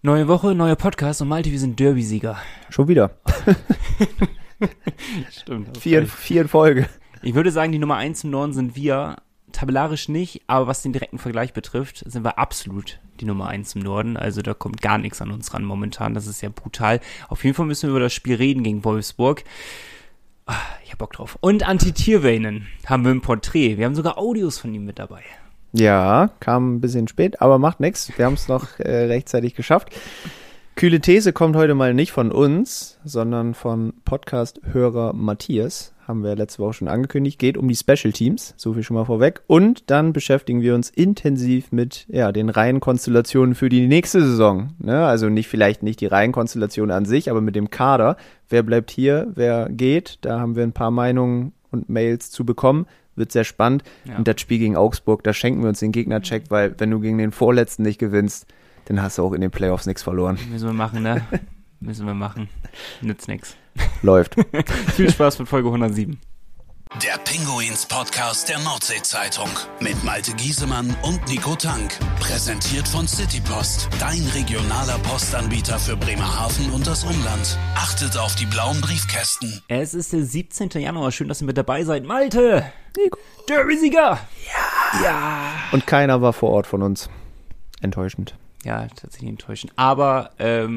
Neue Woche, neuer Podcast und Malte, wir sind Derby-Sieger. Schon wieder. Stimmt. Vier in Folge. Ich würde sagen, die Nummer 1 im Norden sind wir, tabellarisch nicht, aber was den direkten Vergleich betrifft, sind wir absolut die Nummer 1 im Norden. Also da kommt gar nichts an uns ran momentan, das ist ja brutal. Auf jeden Fall müssen wir über das Spiel reden gegen Wolfsburg. Ich hab Bock drauf. Und Anti-Tierveinen haben wir im Porträt. Wir haben sogar Audios von ihm mit dabei. Ja, kam ein bisschen spät, aber macht nichts. Wir haben es noch rechtzeitig geschafft. Kühle These kommt heute mal nicht von uns, sondern von Podcast-Hörer Matthias. Haben wir letzte Woche schon angekündigt. Geht um die Special Teams, so viel schon mal vorweg. Und dann beschäftigen wir uns intensiv mit den Reihenkonstellationen für die nächste Saison. Ne? Also vielleicht nicht die Reihenkonstellation an sich, aber mit dem Kader. Wer bleibt hier, wer geht? Da haben wir ein paar Meinungen und Mails zu bekommen. Wird sehr spannend. Ja. Und das Spiel gegen Augsburg, da schenken wir uns den Gegnercheck, weil wenn du gegen den Vorletzten nicht gewinnst, dann hast du auch in den Playoffs nichts verloren. Müssen wir machen, ne? Müssen wir machen. Nützt nix. Läuft. Viel Spaß mit Folge 107. Der Pinguins-Podcast der Nordsee-Zeitung mit Malte Giesemann und Nico Tank. Präsentiert von Citypost, dein regionaler Postanbieter für Bremerhaven und das Umland. Achtet auf die blauen Briefkästen. Es ist der 17. Januar. Schön, dass ihr mit dabei seid. Malte! Nico! Derby-Sieger! Ja! Und keiner war vor Ort von uns. Enttäuschend. Ja, tatsächlich enttäuschend. Aber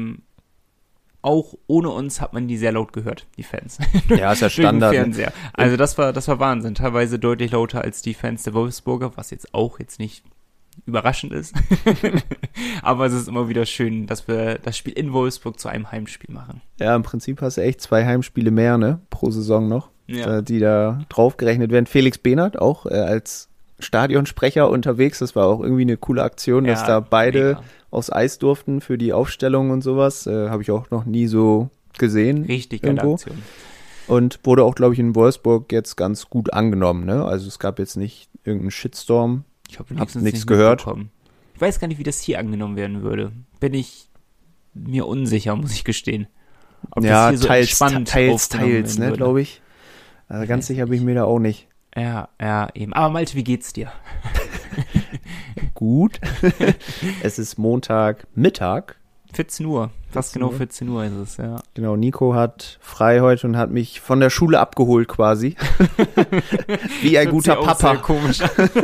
auch ohne uns hat man die sehr laut gehört, die Fans. Ja, ist ja Standard. Fernseher. Also das war Wahnsinn. Teilweise deutlich lauter als die Fans der Wolfsburger, was jetzt nicht überraschend ist. Aber es ist immer wieder schön, dass wir das Spiel in Wolfsburg zu einem Heimspiel machen. Ja, im Prinzip hast du echt 2 Heimspiele mehr, ne, pro Saison noch, die da draufgerechnet werden. Felix Behnert auch als Stadionsprecher unterwegs. Das war auch irgendwie eine coole Aktion, dass da beide aufs Eis durften für die Aufstellung und sowas. Habe ich auch noch nie so gesehen. Richtig geile Aktion. Und wurde auch, glaube ich, in Wolfsburg jetzt ganz gut angenommen. Ne? Also es gab jetzt nicht irgendeinen Shitstorm. Ich habe nichts gehört. Ich weiß gar nicht, wie das hier angenommen werden würde. Bin ich mir unsicher, muss ich gestehen. Ob das hier so teils, ne, glaube ich. Also ganz sicher bin ich mir da auch nicht. Ja, eben. Aber Malte, wie geht's dir? Gut. Es ist Montagmittag. 14 Uhr. Fast genau 14 Uhr ist es, ja. Genau, Nico hat frei heute und hat mich von der Schule abgeholt quasi. Wie ein guter Papa. Sehr komisch.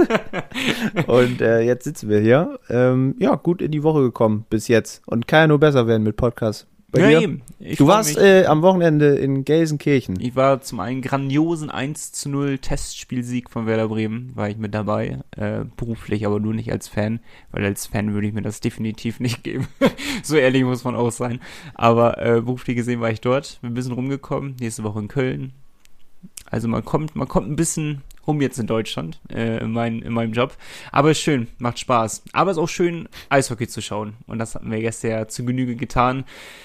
Und jetzt sitzen wir hier. Gut in die Woche gekommen bis jetzt. Und kann ja nur besser werden mit Podcast. Bei dir? Eben. Du warst am Wochenende in Gelsenkirchen. Ich war zum einen grandiosen 1:0 Testspielsieg von Werder Bremen, war ich mit dabei, beruflich, aber nur nicht als Fan, weil als Fan würde ich mir das definitiv nicht geben. So ehrlich muss man auch sein. Aber beruflich gesehen war ich dort, bin ein bisschen rumgekommen, nächste Woche in Köln. Also man kommt ein bisschen rum jetzt in Deutschland, in meinem Job. Aber ist schön, macht Spaß. Aber es ist auch schön, Eishockey zu schauen. Und das hatten wir gestern ja zu Genüge getan.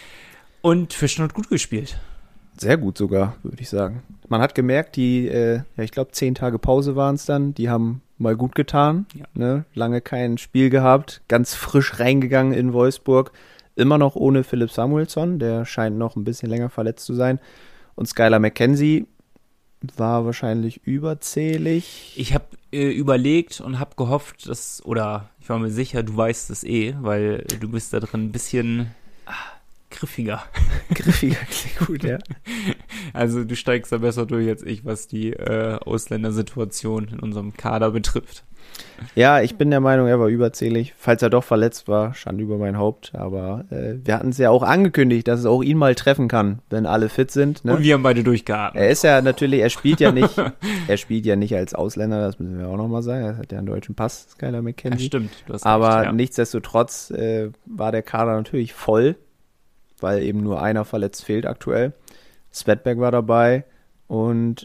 Und Fischen hat gut gespielt. Sehr gut sogar, würde ich sagen. Man hat gemerkt, ich glaube 10 Tage Pause waren es dann, die haben mal gut getan. Ja. Ne? Lange kein Spiel gehabt, ganz frisch reingegangen in Wolfsburg. Immer noch ohne Philipp Samuelsson, der scheint noch ein bisschen länger verletzt zu sein. Und Skylar McKenzie war wahrscheinlich überzählig. Ich habe überlegt und habe gehofft, ich war mir sicher, du weißt es weil du bist da drin ein bisschen griffiger. Griffiger klingt gut, ja. Also du steigst da besser durch als ich, was die Ausländersituation in unserem Kader betrifft. Ja, ich bin der Meinung, er war überzählig. Falls er doch verletzt war, Schande über mein Haupt. Aber wir hatten es ja auch angekündigt, dass es auch ihn mal treffen kann, wenn alle fit sind. Ne? Und wir haben beide durchgeatmet. Er spielt ja nicht als Ausländer, das müssen wir auch nochmal sagen. Er hat ja einen deutschen Pass, Skylar McKenzie. Ja, stimmt. Du hast aber recht, ja. Nichtsdestotrotz war der Kader natürlich voll, weil eben nur einer verletzt fehlt aktuell. Svedberg war dabei und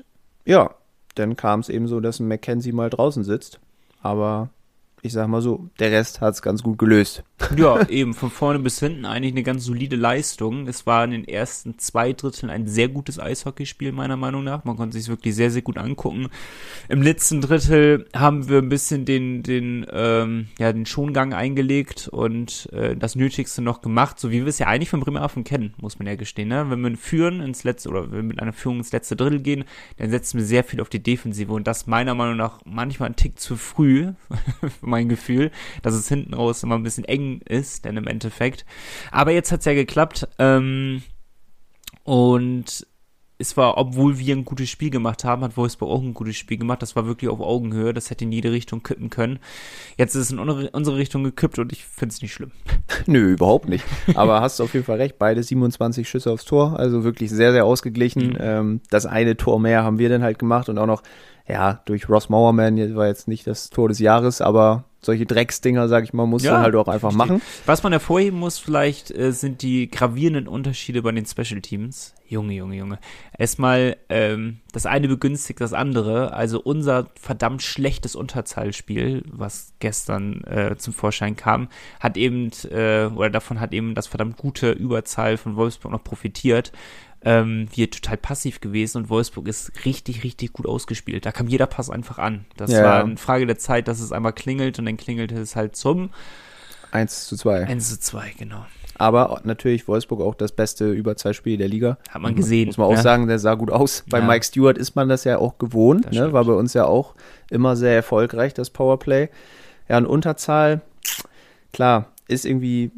dann kam es eben so, dass ein McKenzie mal draußen sitzt. Aber ich sag mal so, der Rest hat es ganz gut gelöst. Ja, eben von vorne bis hinten eigentlich eine ganz solide Leistung. Es war in den ersten 2 Dritteln ein sehr gutes Eishockeyspiel, meiner Meinung nach. Man konnte sich wirklich sehr, sehr gut angucken. Im letzten Drittel haben wir ein bisschen den Schongang eingelegt und das Nötigste noch gemacht, so wie wir es ja eigentlich von Bremerhaven kennen, muss man ja gestehen. Ne? Wenn wir wenn wir mit einer Führung ins letzte Drittel gehen, dann setzen wir sehr viel auf die Defensive und das meiner Meinung nach manchmal ein Tick zu früh, für mein Gefühl, dass es hinten raus immer ein bisschen eng Ding ist, denn im Endeffekt. Aber jetzt hat's ja geklappt, und es war, obwohl wir ein gutes Spiel gemacht haben, hat Wolfsburg auch ein gutes Spiel gemacht. Das war wirklich auf Augenhöhe. Das hätte in jede Richtung kippen können. Jetzt ist es in unsere Richtung gekippt und ich finde es nicht schlimm. Nö, überhaupt nicht. Aber hast du auf jeden Fall recht. Beide 27 Schüsse aufs Tor. Also wirklich sehr, sehr ausgeglichen. Das eine Tor mehr haben wir dann halt gemacht und auch noch, ja, durch Ross Mowerman, war jetzt nicht das Tor des Jahres, aber solche Drecksdinger, sag ich mal, muss man halt auch einfach machen. Was man hervorheben muss vielleicht, sind die gravierenden Unterschiede bei den Special Teams. Junge. Erstmal, das eine begünstigt das andere. Also unser verdammt schlechtes Unterzahlspiel, was gestern zum Vorschein kam, hat eben, davon hat eben das verdammt gute Überzahl von Wolfsburg noch profitiert. Wir total passiv gewesen und Wolfsburg ist richtig, richtig gut ausgespielt. Da kam jeder Pass einfach an. Das war eine Frage der Zeit, dass es einmal klingelt und dann klingelte es halt zum 1:2. 1:2, genau. Aber natürlich Wolfsburg auch das beste Überzahlspiel der Liga. Hat man gesehen. Muss man auch sagen, der sah gut aus. Bei Mike Stewart ist man das ja auch gewohnt. Ne? War bei uns ja auch immer sehr erfolgreich, das Powerplay. Ja, und Unterzahl, klar, ist irgendwie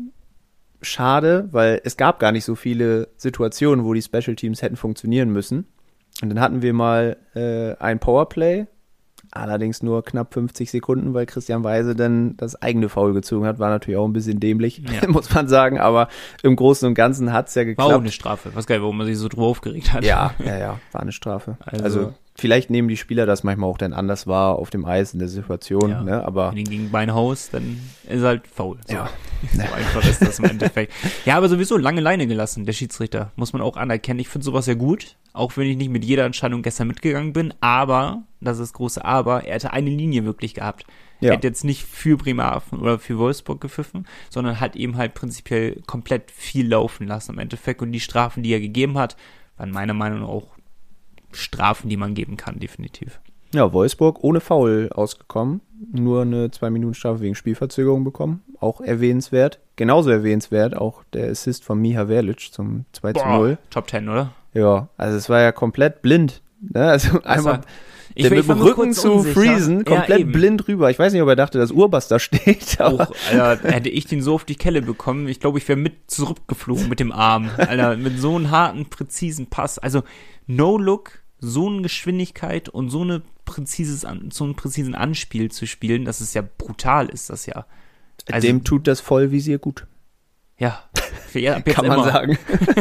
schade, weil es gab gar nicht so viele Situationen, wo die Special Teams hätten funktionieren müssen. Und dann hatten wir mal ein Powerplay, allerdings nur knapp 50 Sekunden, weil Christian Weise dann das eigene Foul gezogen hat. War natürlich auch ein bisschen dämlich, muss man sagen, aber im Großen und Ganzen hat es ja geklappt. War auch eine Strafe. Was geil, warum man sich so drüber aufgeregt hat. Ja, war eine Strafe. Also vielleicht nehmen die Spieler das manchmal auch dann anders wahr auf dem Eis in der Situation, ne? Aber wenn ihn gegen Beinhaus, dann ist er halt faul. So. Ja. So einfach ist das im Endeffekt. Ja, aber sowieso lange Leine gelassen, der Schiedsrichter. Muss man auch anerkennen. Ich finde sowas ja gut, auch wenn ich nicht mit jeder Entscheidung gestern mitgegangen bin, aber, das ist das große Aber, er hatte eine Linie wirklich gehabt. Er hat jetzt nicht für Bremerhaven oder für Wolfsburg gepfiffen, sondern hat eben halt prinzipiell komplett viel laufen lassen im Endeffekt. Und die Strafen, die er gegeben hat, waren meiner Meinung nach auch Strafen, die man geben kann, definitiv. Ja, Wolfsburg ohne Foul ausgekommen. Nur eine 2-Minuten-Strafe wegen Spielverzögerung bekommen. Auch erwähnenswert. Genauso erwähnenswert auch der Assist von Miha Verlic zum 2:0. Top 10, oder? Ja, also es war ja komplett blind. Ne? Also einmal mit dem Rücken zu Friesen, komplett blind rüber. Ich weiß nicht, ob er dachte, dass Urbas da steht. Aber Alter, hätte ich den so auf die Kelle bekommen, ich glaube, ich wäre mit zurückgeflogen mit dem Arm. Alter, mit so einem harten, präzisen Pass. Also No-Look, so eine Geschwindigkeit und so einen präzisen Anspiel zu spielen, das ist ja brutal, ist das ja. Also, dem tut das Vollvisier gut. Ja, kann man sagen.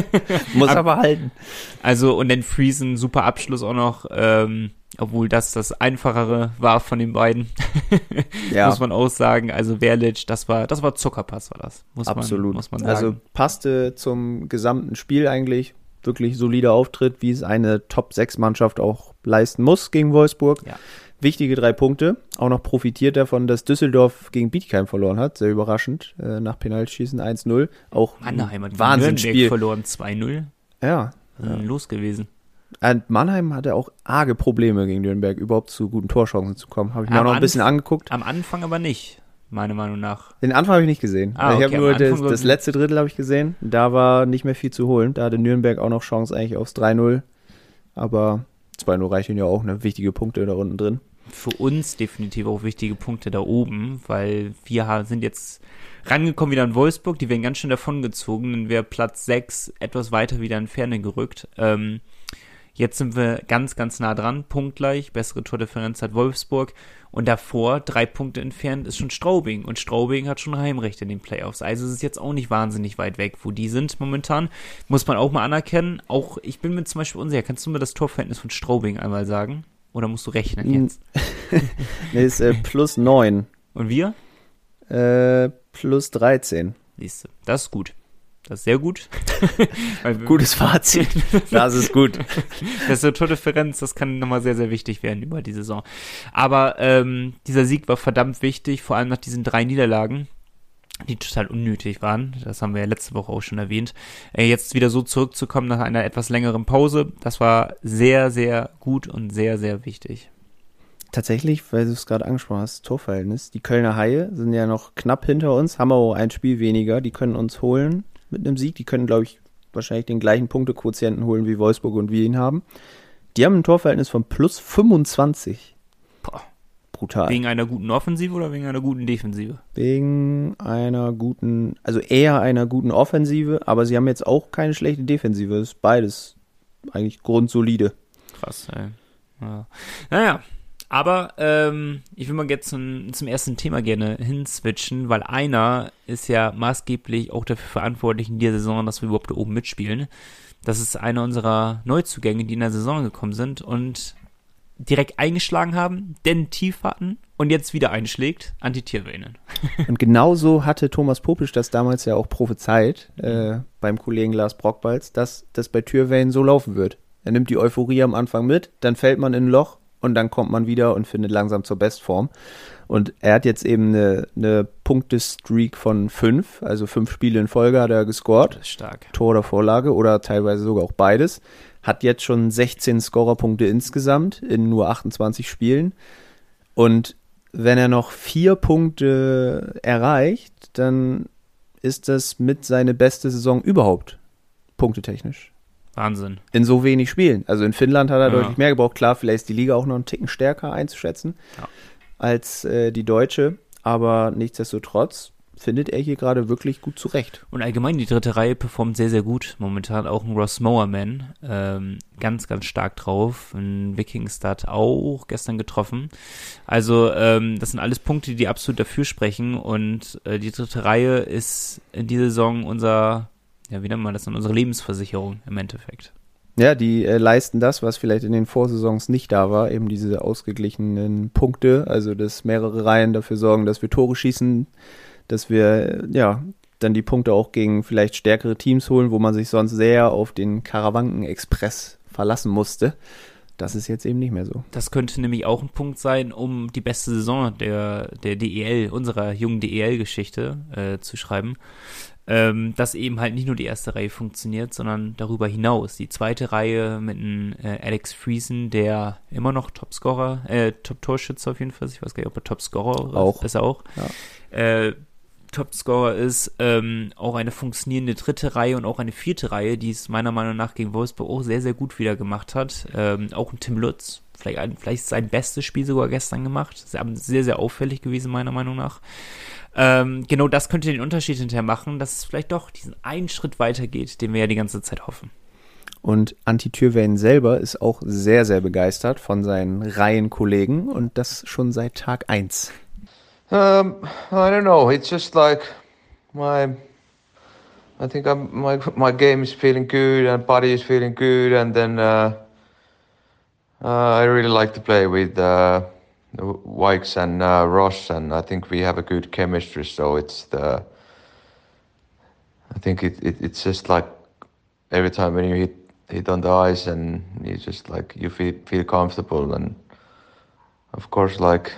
Muss aber halten. Also, und dann Friesen, super Abschluss auch noch, obwohl das Einfachere war von den beiden. Muss man auch sagen. Also Verlic, das war Zuckerpass, war das. Absolut. Muss man sagen. Also passte zum gesamten Spiel eigentlich. Wirklich solider Auftritt, wie es eine Top-6-Mannschaft auch leisten muss gegen Wolfsburg. Ja. Wichtige 3 Punkte. Auch noch profitiert davon, dass Düsseldorf gegen Bietigheim verloren hat. Sehr überraschend. Nach Penaltyschießen 1:0. Auch Mannheim hat Wahnsinnsspiel verloren 2:0. Ja. Los gewesen. Und Mannheim hatte auch arge Probleme gegen Nürnberg, überhaupt zu guten Torchancen zu kommen. Habe ich mir auch noch ein bisschen angeguckt. Am Anfang aber nicht, meiner Meinung nach. Den Anfang habe ich nicht gesehen. Ich habe nur das letzte Drittel habe ich gesehen. Da war nicht mehr viel zu holen. Da hatte Nürnberg auch noch Chance eigentlich aufs 3:0. Aber 2:0 reichen ja auch, eine wichtige Punkte da unten drin. Für uns definitiv auch wichtige Punkte da oben, weil wir sind jetzt rangekommen wieder in Wolfsburg, die werden ganz schön davongezogen, dann wäre Platz 6 etwas weiter wieder in Ferne gerückt. Jetzt sind wir ganz, ganz nah dran, punktgleich, bessere Tordifferenz hat Wolfsburg und davor 3 Punkte entfernt ist schon Straubing und Straubing hat schon Heimrecht in den Playoffs, also es ist jetzt auch nicht wahnsinnig weit weg, wo die sind momentan, muss man auch mal anerkennen, auch ich bin mir zum Beispiel unsicher, kannst du mir das Torverhältnis von Straubing einmal sagen? Oder musst du rechnen jetzt? Nee, ist plus 9. Und wir? Plus 13. Siehst du, das ist gut. Das ist sehr gut. Gutes Fazit. Das ist gut. Das ist eine Tordifferenz, das kann nochmal sehr, sehr wichtig werden über die Saison. Aber dieser Sieg war verdammt wichtig, vor allem nach diesen 3 Niederlagen, die total unnötig waren. Das haben wir ja letzte Woche auch schon erwähnt. Jetzt wieder so zurückzukommen nach einer etwas längeren Pause, das war sehr, sehr gut und sehr, sehr wichtig. Tatsächlich, weil du es gerade angesprochen hast, Torverhältnis. Die Kölner Haie sind ja noch knapp hinter uns, haben auch ein Spiel weniger. Die können uns holen mit einem Sieg. Die können, glaube ich, wahrscheinlich den gleichen Punktequotienten holen, wie Wolfsburg und wir ihn haben. Die haben ein Torverhältnis von plus 25. Boah. brutal. Wegen einer guten Offensive oder wegen einer guten Defensive? Wegen einer guten, also eher einer guten Offensive, aber sie haben jetzt auch keine schlechte Defensive. Das ist beides eigentlich grundsolide. Krass, ey. Ja. Naja, aber ich will mal jetzt zum ersten Thema gerne hinswitchen, weil einer ist ja maßgeblich auch dafür verantwortlich in dieser Saison, dass wir überhaupt da oben mitspielen. Das ist einer unserer Neuzugänge, die in der Saison gekommen sind und direkt eingeschlagen haben, denn tief hatten und jetzt wieder einschlägt, Antitierväinen. Und genauso hatte Thomas Popisch das damals ja auch prophezeit, beim Kollegen Lars Brockbalz, dass das bei Tyrväinen so laufen wird. Er nimmt die Euphorie am Anfang mit, dann fällt man in ein Loch und dann kommt man wieder und findet langsam zur Bestform. Und er hat jetzt eben eine Punktestreak von 5, also 5 Spiele in Folge hat er gescored. Das ist stark. Tor oder Vorlage oder teilweise sogar auch beides. Hat jetzt schon 16 Scorerpunkte insgesamt in nur 28 Spielen. Und wenn er noch 4 Punkte erreicht, dann ist das mit seine beste Saison überhaupt, punktetechnisch. Wahnsinn. In so wenig Spielen. Also in Finnland hat er deutlich mehr gebraucht. Klar, vielleicht ist die Liga auch noch einen Ticken stärker einzuschätzen als die deutsche. Aber nichtsdestotrotz findet er hier gerade wirklich gut zurecht. Und allgemein die dritte Reihe performt sehr, sehr gut. Momentan auch ein Ross Mowerman. Ganz, ganz stark drauf. Ein Vikingstad auch gestern getroffen. Also das sind alles Punkte, die absolut dafür sprechen. Und die dritte Reihe ist in dieser Saison unsere Lebensversicherung im Endeffekt. Ja, die leisten das, was vielleicht in den Vorsaisons nicht da war, eben diese ausgeglichenen Punkte, also dass mehrere Reihen dafür sorgen, dass wir Tore schießen, dass wir dann die Punkte auch gegen vielleicht stärkere Teams holen, wo man sich sonst sehr auf den Karawanken-Express verlassen musste. Das ist jetzt eben nicht mehr so. Das könnte nämlich auch ein Punkt sein, um die beste Saison der DEL, unserer jungen DEL-Geschichte zu schreiben. Dass eben halt nicht nur die erste Reihe funktioniert, sondern darüber hinaus. Die zweite Reihe mit einem Alex Friesen, der immer noch Top-Torschütze auf jeden Fall, ich weiß gar nicht, ob er Top-Scorer auch ist. Ja. Top-Scorer ist auch eine funktionierende dritte Reihe und auch eine vierte Reihe, die es meiner Meinung nach gegen Wolfsburg auch sehr, sehr gut wieder gemacht hat. Auch ein Tim Lutz, vielleicht sein bestes Spiel sogar gestern gemacht. Sehr, sehr auffällig gewesen, meiner Meinung nach. Genau das könnte den Unterschied hinterher machen, dass es vielleicht doch diesen einen Schritt weitergeht, den wir ja die ganze Zeit hoffen. Und Antityrväinen selber ist auch sehr, sehr begeistert von seinen Reihenkollegen und das schon seit Tag 1. I don't know. It's just like my game is feeling good and body is feeling good, and then I really like to play with Wykes and Ross, and I think we have a good chemistry. So it's just like every time when you hit on the ice, and you just like you feel comfortable, and of course like.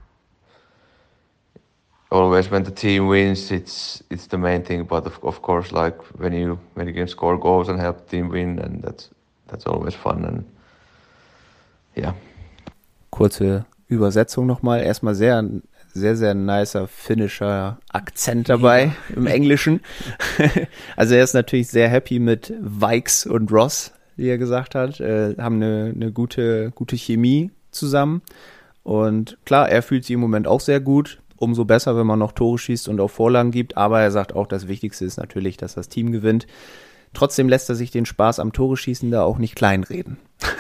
Always when the team wins, it's the main thing. But of course, like when you can score goals and help the team win, and that's always fun. And yeah. Kurze Übersetzung nochmal. Erstmal sehr, sehr, sehr nicer finnischer Akzent dabei im Englischen. Also er ist natürlich sehr happy mit Wykes und Ross, wie er gesagt hat. Haben eine gute Chemie zusammen. Und klar, er fühlt sich im Moment auch sehr gut. Umso besser, wenn man noch Tore schießt und auch Vorlagen gibt. Aber er sagt auch, das Wichtigste ist natürlich, dass das Team gewinnt. Trotzdem lässt er sich den Spaß am Tore-Schießen da auch nicht kleinreden.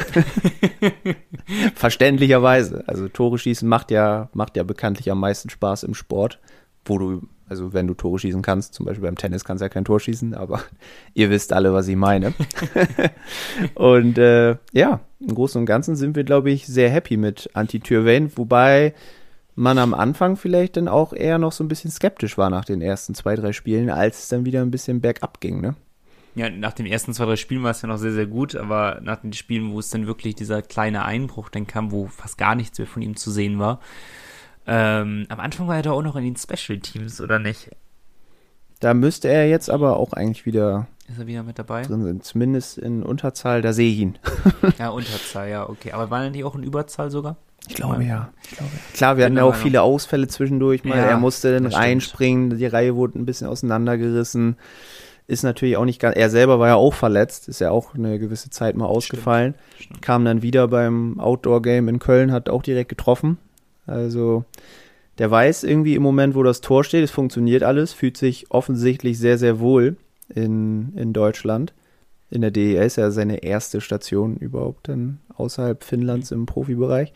Verständlicherweise. Also Tore schießen macht ja bekanntlich am meisten Spaß im Sport. Wenn du Tore schießen kannst, zum Beispiel beim Tennis kannst du ja kein Tor schießen, aber ihr wisst alle, was ich meine. Und im Großen und Ganzen sind wir, glaube ich, sehr happy mit Antityrväinen, wobei man am Anfang vielleicht dann auch eher noch so ein bisschen skeptisch war nach den ersten 2-3 Spielen, als es dann wieder ein bisschen bergab ging, ne? Ja, nach den ersten 2-3 Spielen war es ja noch sehr, sehr gut, aber nach den Spielen, wo es dann wirklich dieser kleine Einbruch dann kam, wo fast gar nichts mehr von ihm zu sehen war, am Anfang war er doch auch noch in den Special Teams, oder nicht? Da müsste er jetzt aber auch eigentlich wieder... Ist er wieder mit dabei? Drin sind, zumindest in Unterzahl, da sehe ich ihn. Ja, Unterzahl, ja, okay. Aber waren die auch in Überzahl sogar? Ich glaube ja. Klar, wir hatten ja auch viele Ausfälle zwischendurch mal. Ja, er musste dann reinspringen, die Reihe wurde ein bisschen auseinandergerissen. Ist natürlich auch nicht ganz, er selber war ja auch verletzt, ist ja auch eine gewisse Zeit mal ausgefallen. Stimmt. Kam dann wieder beim Outdoor-Game in Köln, hat auch direkt getroffen. Also der weiß irgendwie im Moment, wo das Tor steht, es funktioniert alles, fühlt sich offensichtlich sehr, sehr wohl in Deutschland. In der DEL ist ja seine erste Station überhaupt dann außerhalb Finnlands im Profibereich.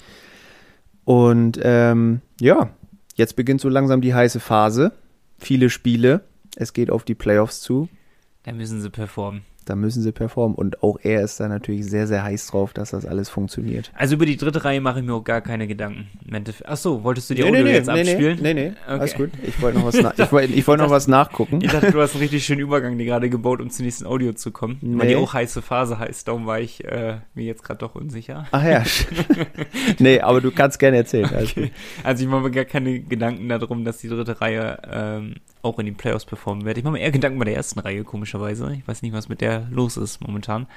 Und jetzt beginnt so langsam die heiße Phase. Viele Spiele, es geht auf die Playoffs zu. Da müssen sie performen. Und auch er ist da natürlich sehr, sehr heiß drauf, dass das alles funktioniert. Also über die dritte Reihe mache ich mir auch gar keine Gedanken. Achso, wolltest du die Audio jetzt abspielen? Nee, okay. Alles gut. Ich wollte noch was nachgucken. Ich dachte, du hast einen richtig schönen Übergang gerade gebaut, um zum nächsten Audio zu kommen. Nee. Weil die auch heiße Phase heißt, darum war ich mir jetzt gerade doch unsicher. Ach ja. Nee, aber du kannst gerne erzählen. Okay. Also ich mache mir gar keine Gedanken darum, dass die dritte Reihe auch in den Playoffs performen wird. Ich mache mir eher Gedanken bei der ersten Reihe, komischerweise. Ich weiß nicht, was mit der los ist momentan.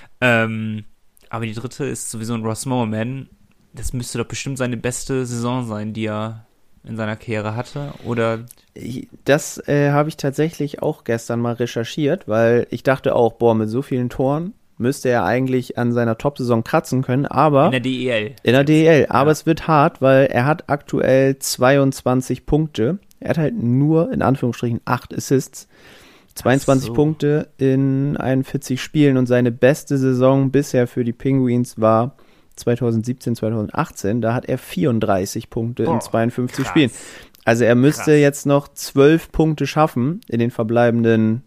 Aber die dritte ist sowieso ein Ross Mowerman. Das müsste doch bestimmt seine beste Saison sein, die er in seiner Karriere hatte, oder? Das habe ich tatsächlich auch gestern mal recherchiert, weil ich dachte auch, mit so vielen Toren müsste er eigentlich an seiner Top-Saison kratzen können, aber... In der DEL. Aber es wird hart, weil er hat aktuell 22 Punkte. Er hat halt nur, in Anführungsstrichen, 8 Assists. 22 Punkte in 41 Spielen und seine beste Saison bisher für die Penguins war 2017, 2018. Da hat er 34 Punkte in 52 Spielen. Also er müsste jetzt noch 12 Punkte schaffen in den verbleibenden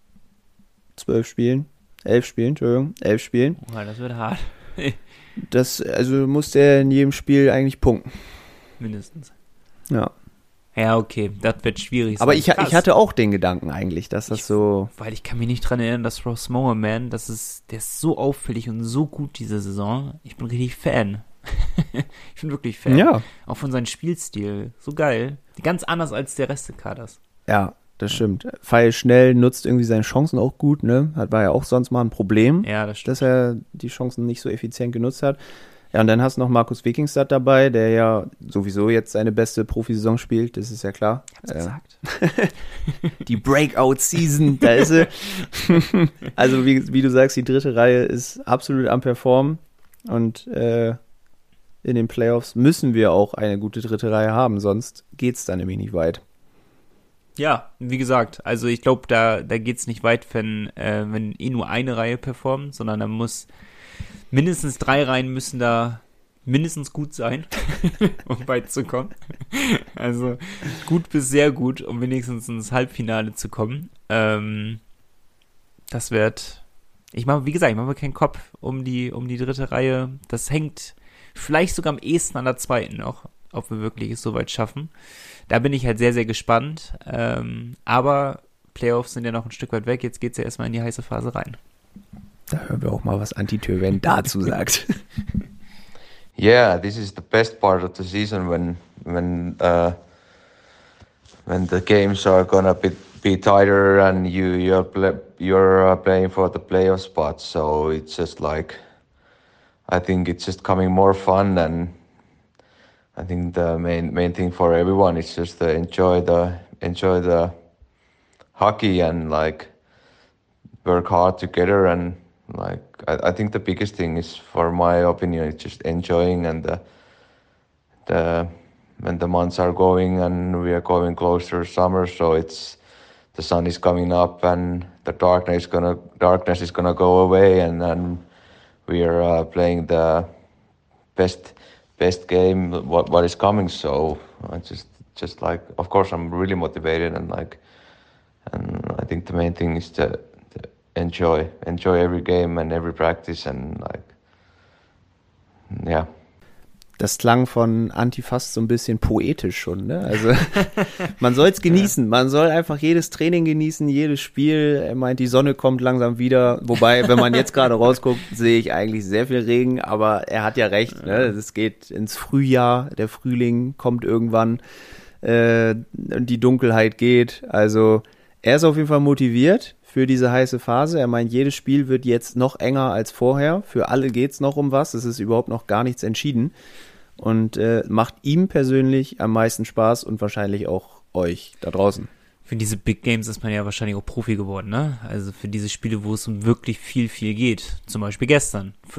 11 Spielen. Oh, das wird hart. Also musste er in jedem Spiel eigentlich punkten. Mindestens. Ja. Ja, okay, das wird schwierig sein. Aber ich hatte auch den Gedanken eigentlich, dass das so... Weil ich kann mich nicht dran erinnern, dass Ross Mowerman, der ist so auffällig und so gut diese Saison. Ich bin richtig Fan. Ich bin wirklich Fan. Ja. Auch von seinem Spielstil. So geil. Ganz anders als der Rest des Kaders. Ja, das stimmt. Pfeil schnell, nutzt irgendwie seine Chancen auch gut, ne? War ja auch sonst mal ein Problem, ja, das stimmt, dass er die Chancen nicht so effizient genutzt hat. Ja, und dann hast du noch Markus Wikingstad dabei, der ja sowieso jetzt seine beste Profisaison spielt, das ist ja klar. Ich hab's gesagt. Die Breakout-Season, da ist sie. Also wie du sagst, die dritte Reihe ist absolut am Performen und in den Playoffs müssen wir auch eine gute dritte Reihe haben, sonst geht's dann nämlich nicht weit. Ja, wie gesagt, also ich glaube, da geht's nicht weit, wenn nur eine Reihe performt, sondern da muss mindestens 3 Reihen müssen da mindestens gut sein, um weit zu kommen. Also gut bis sehr gut, um wenigstens ins Halbfinale zu kommen. Das wird, ich mache mir keinen Kopf um die dritte Reihe. Das hängt vielleicht sogar am ehesten an der zweiten noch, ob wir wirklich es so weit schaffen. Da bin ich halt sehr, sehr gespannt. Aber Playoffs sind ja noch ein Stück weit weg. Jetzt geht's ja erstmal in die heiße Phase rein. Da hören wir auch mal, was Antitürven dazu sagt. Yeah, this is the best part of the season when the games are gonna be tighter and you're playing for the playoff spot. So it's just like, I think it's just coming more fun, and I think the main thing for everyone is just to enjoy the hockey and like work hard together. And like I think the biggest thing is, for my opinion, is just enjoying, and when the months are going and we are going closer to summer, so it's the sun is coming up and the darkness is gonna go away, and then we are playing the best game what is coming. So I just like, of course I'm really motivated, and I think the main thing is to enjoy every game and every practice, and like, yeah. Das klang von Anti fast so ein bisschen poetisch schon, ne? Also man soll es genießen, man soll einfach jedes Training genießen, jedes Spiel. Er meint, die Sonne kommt langsam wieder, wobei, wenn man jetzt gerade rausguckt, sehe ich eigentlich sehr viel Regen, aber er hat ja recht, ne? Es geht ins Frühjahr, der Frühling kommt irgendwann, die Dunkelheit geht, also er ist auf jeden Fall motiviert für diese heiße Phase. Er meint, jedes Spiel wird jetzt noch enger als vorher. Für alle geht's noch um was. Es ist überhaupt noch gar nichts entschieden. Und macht ihm persönlich am meisten Spaß und wahrscheinlich auch euch da draußen. Für diese Big Games ist man ja wahrscheinlich auch Profi geworden, ne? Also für diese Spiele, wo es um wirklich viel, viel geht. Zum Beispiel gestern.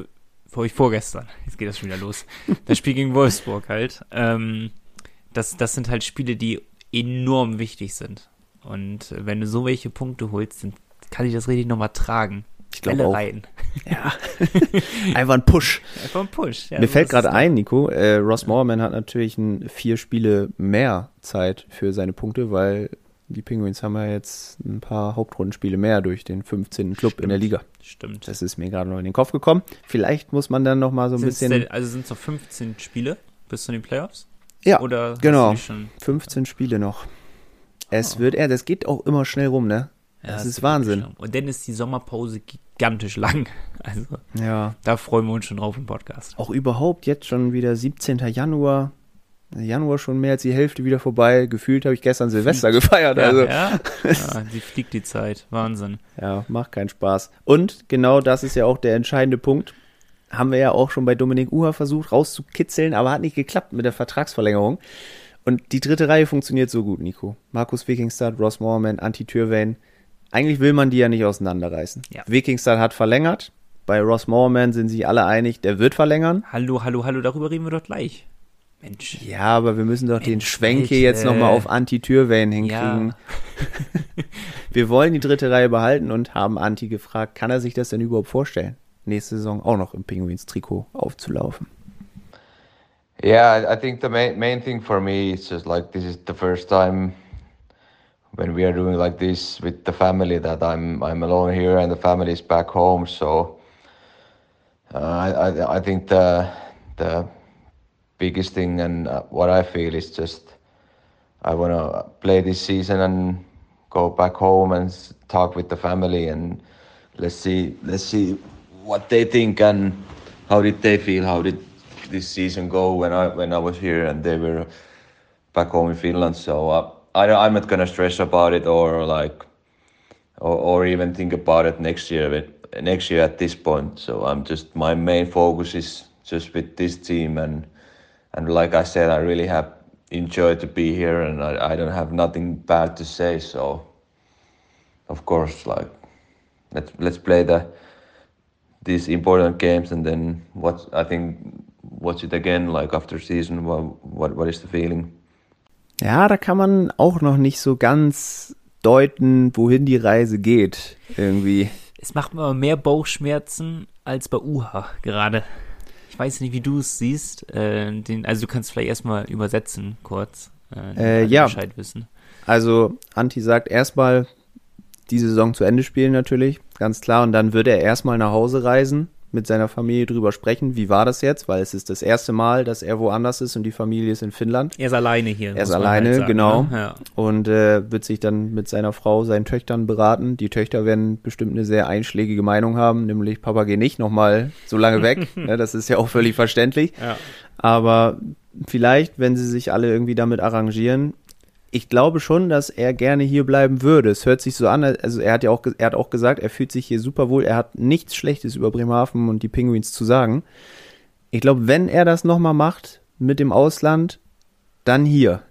vorgestern, jetzt geht das schon wieder los, das Spiel gegen Wolfsburg halt, das sind halt Spiele, die enorm wichtig sind. Und wenn du so welche Punkte holst, dann kann ich das richtig nochmal tragen. Ich glaube auch. Rein. Ja, einfach ein Push. Einfach ein Push. Ja, Mir fällt gerade ein, Nico, Ross Moorman hat natürlich 4 Spiele mehr Zeit für seine Punkte, weil die Penguins haben ja jetzt ein paar Hauptrundenspiele mehr durch den 15. Club in der Liga. Stimmt. Das ist mir gerade noch in den Kopf gekommen. Vielleicht muss man dann noch mal so ein bisschen... Also sind es noch 15 Spiele bis zu den Playoffs? Ja, oder genau. Schon 15 Spiele noch. Das geht auch immer schnell rum, ne? Ja, das ist Wahnsinn. Und dann ist die Sommerpause gigantisch lang. Also, ja. Da freuen wir uns schon drauf im Podcast. Auch überhaupt jetzt schon wieder 17. Januar. Januar schon mehr als die Hälfte wieder vorbei. Gefühlt habe ich gestern Silvester gefeiert. Ja, also. ja, die fliegt die Zeit. Wahnsinn. Ja, macht keinen Spaß. Und genau das ist ja auch der entscheidende Punkt. Haben wir ja auch schon bei Dominik Uha versucht rauszukitzeln, aber hat nicht geklappt mit der Vertragsverlängerung. Und die dritte Reihe funktioniert so gut, Nico. Markus Wikingstad, Ross Moorman, Antti Tyrväinen. Eigentlich will man die ja nicht auseinanderreißen. Ja. Wikingstad hat verlängert. Bei Ross Moorman sind sich alle einig, der wird verlängern. Hallo, darüber reden wir doch gleich. Mensch. Ja, aber wir müssen doch den Schwenk hier jetzt nochmal auf Antti Tyrväinen hinkriegen. Ja. Wir wollen die dritte Reihe behalten und haben Antti gefragt, kann er sich das denn überhaupt vorstellen, nächste Saison auch noch im Penguins-Trikot aufzulaufen? Yeah, I think the main thing for me is just like this is the first time when we are doing like this with the family that I'm alone here and the family is back home. So I think the biggest thing and what I feel is just I want to play this season and go back home and talk with the family and let's see what they think and how did they feel, how did this season go when I was here and they were back home in Finland. So I'm not gonna stress about it or even think about it next year at this point. So my main focus is just with this team and like I said, I really have enjoyed to be here and I don't have nothing bad to say. So of course, like let's play these important games and then watch it again, like after season. What is the feeling? Ja, da kann man auch noch nicht so ganz deuten, wohin die Reise geht, irgendwie. Es macht mir aber mehr Bauchschmerzen als bei Uha gerade. Ich weiß nicht, wie du es siehst. Also du kannst vielleicht erstmal übersetzen, kurz. Ja, Bescheid wissen. Also Antti sagt erstmal die Saison zu Ende spielen natürlich, ganz klar. Und dann wird er erstmal nach Hause reisen, mit seiner Familie drüber sprechen, wie war das jetzt, weil es ist das erste Mal, dass er woanders ist und die Familie ist in Finnland. Er ist alleine hier. Er ist alleine, halt sagen, genau. Ne? Ja. Und wird sich dann mit seiner Frau, seinen Töchtern beraten. Die Töchter werden bestimmt eine sehr einschlägige Meinung haben, nämlich Papa, geh nicht nochmal so lange weg. Ja, das ist ja auch völlig verständlich. Ja. Aber vielleicht, wenn sie sich alle irgendwie damit arrangieren, ich glaube schon, dass er gerne hier bleiben würde. Es hört sich so an, also er hat auch gesagt, er fühlt sich hier super wohl. Er hat nichts Schlechtes über Bremerhaven und die Penguins zu sagen. Ich glaube, wenn er das nochmal macht mit dem Ausland, dann hier.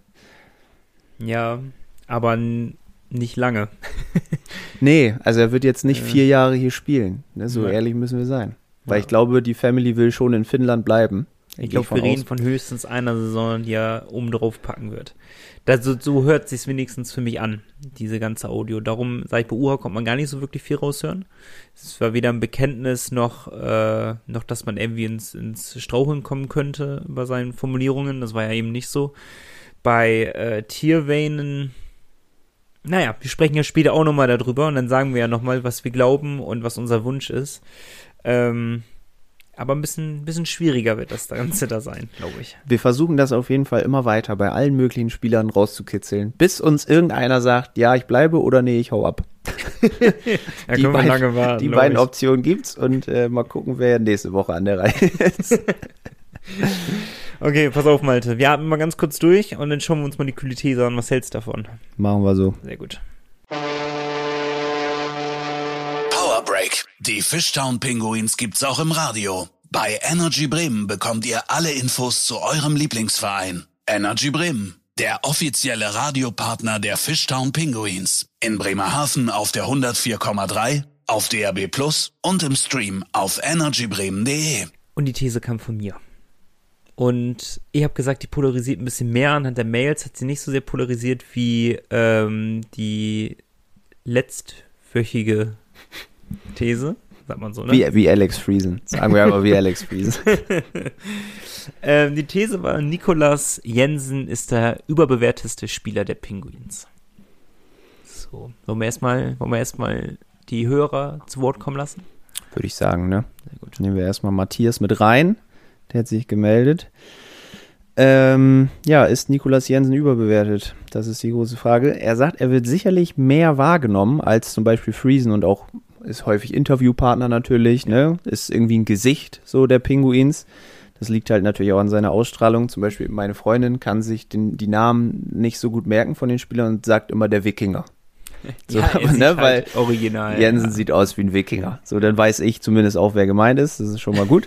Ja, aber nicht lange. Nee, also er wird jetzt nicht 4 Jahre hier spielen. Ne, so ehrlich müssen wir sein. Weil ich glaube, die Family will schon in Finnland bleiben. Ich glaube, wir reden von höchstens einer Saison, die er oben drauf packen wird. So hört sich's wenigstens für mich an, diese ganze Audio. Darum, seit bei Uha kommt man gar nicht so wirklich viel raushören. Es war weder ein Bekenntnis noch dass man irgendwie ins Straucheln kommen könnte bei seinen Formulierungen. Das war ja eben nicht so. Bei Tyrväinen, naja, wir sprechen ja später auch nochmal darüber und dann sagen wir ja nochmal, was wir glauben und was unser Wunsch ist. Aber ein bisschen schwieriger wird das Ganze da sein, glaube ich. Wir versuchen das auf jeden Fall immer weiter bei allen möglichen Spielern rauszukitzeln, bis uns irgendeiner sagt, ja, ich bleibe oder nee, ich hau ab. Da können wir lange warten. Die beiden Optionen gibt's und mal gucken, wer nächste Woche an der Reihe ist. Okay, pass auf, Malte. Wir atmen mal ganz kurz durch und dann schauen wir uns mal die Kühle-These an. Was hältst du davon? Machen wir so. Sehr gut. Power Break. Die Fishtown Penguins gibt's auch im Radio. Bei Energy Bremen bekommt ihr alle Infos zu eurem Lieblingsverein. Energy Bremen, der offizielle Radiopartner der Fishtown Penguins. In Bremerhaven auf der 104,3, auf DAB+ und im Stream auf energybremen.de. Und die These kam von mir. Und ich habe gesagt, die polarisiert ein bisschen mehr. Anhand der Mails hat sie nicht so sehr polarisiert wie die letztwöchige These, sagt man so, ne? Wie Alex Friesen. Sagen wir aber wie Alex Friesen. Die These war, Nicolas Jensen ist der überbewerteste Spieler der Penguins. So, wollen wir erstmal die Hörer zu Wort kommen lassen? Würde ich sagen, ne? Sehr gut. Nehmen wir erstmal Matthias mit rein. Der hat sich gemeldet. Ist Nicolas Jensen überbewertet? Das ist die große Frage. Er sagt, er wird sicherlich mehr wahrgenommen als zum Beispiel Friesen und auch ist häufig Interviewpartner natürlich, ne? Ist irgendwie ein Gesicht so der Pinguins. Das liegt halt natürlich auch an seiner Ausstrahlung. Zum Beispiel meine Freundin kann sich die Namen nicht so gut merken von den Spielern und sagt immer der Wikinger. So, Ja, er sieht ne, halt weil original. Jensen sieht aus wie ein Wikinger. So, dann weiß ich zumindest auch, wer gemeint ist. Das ist schon mal gut.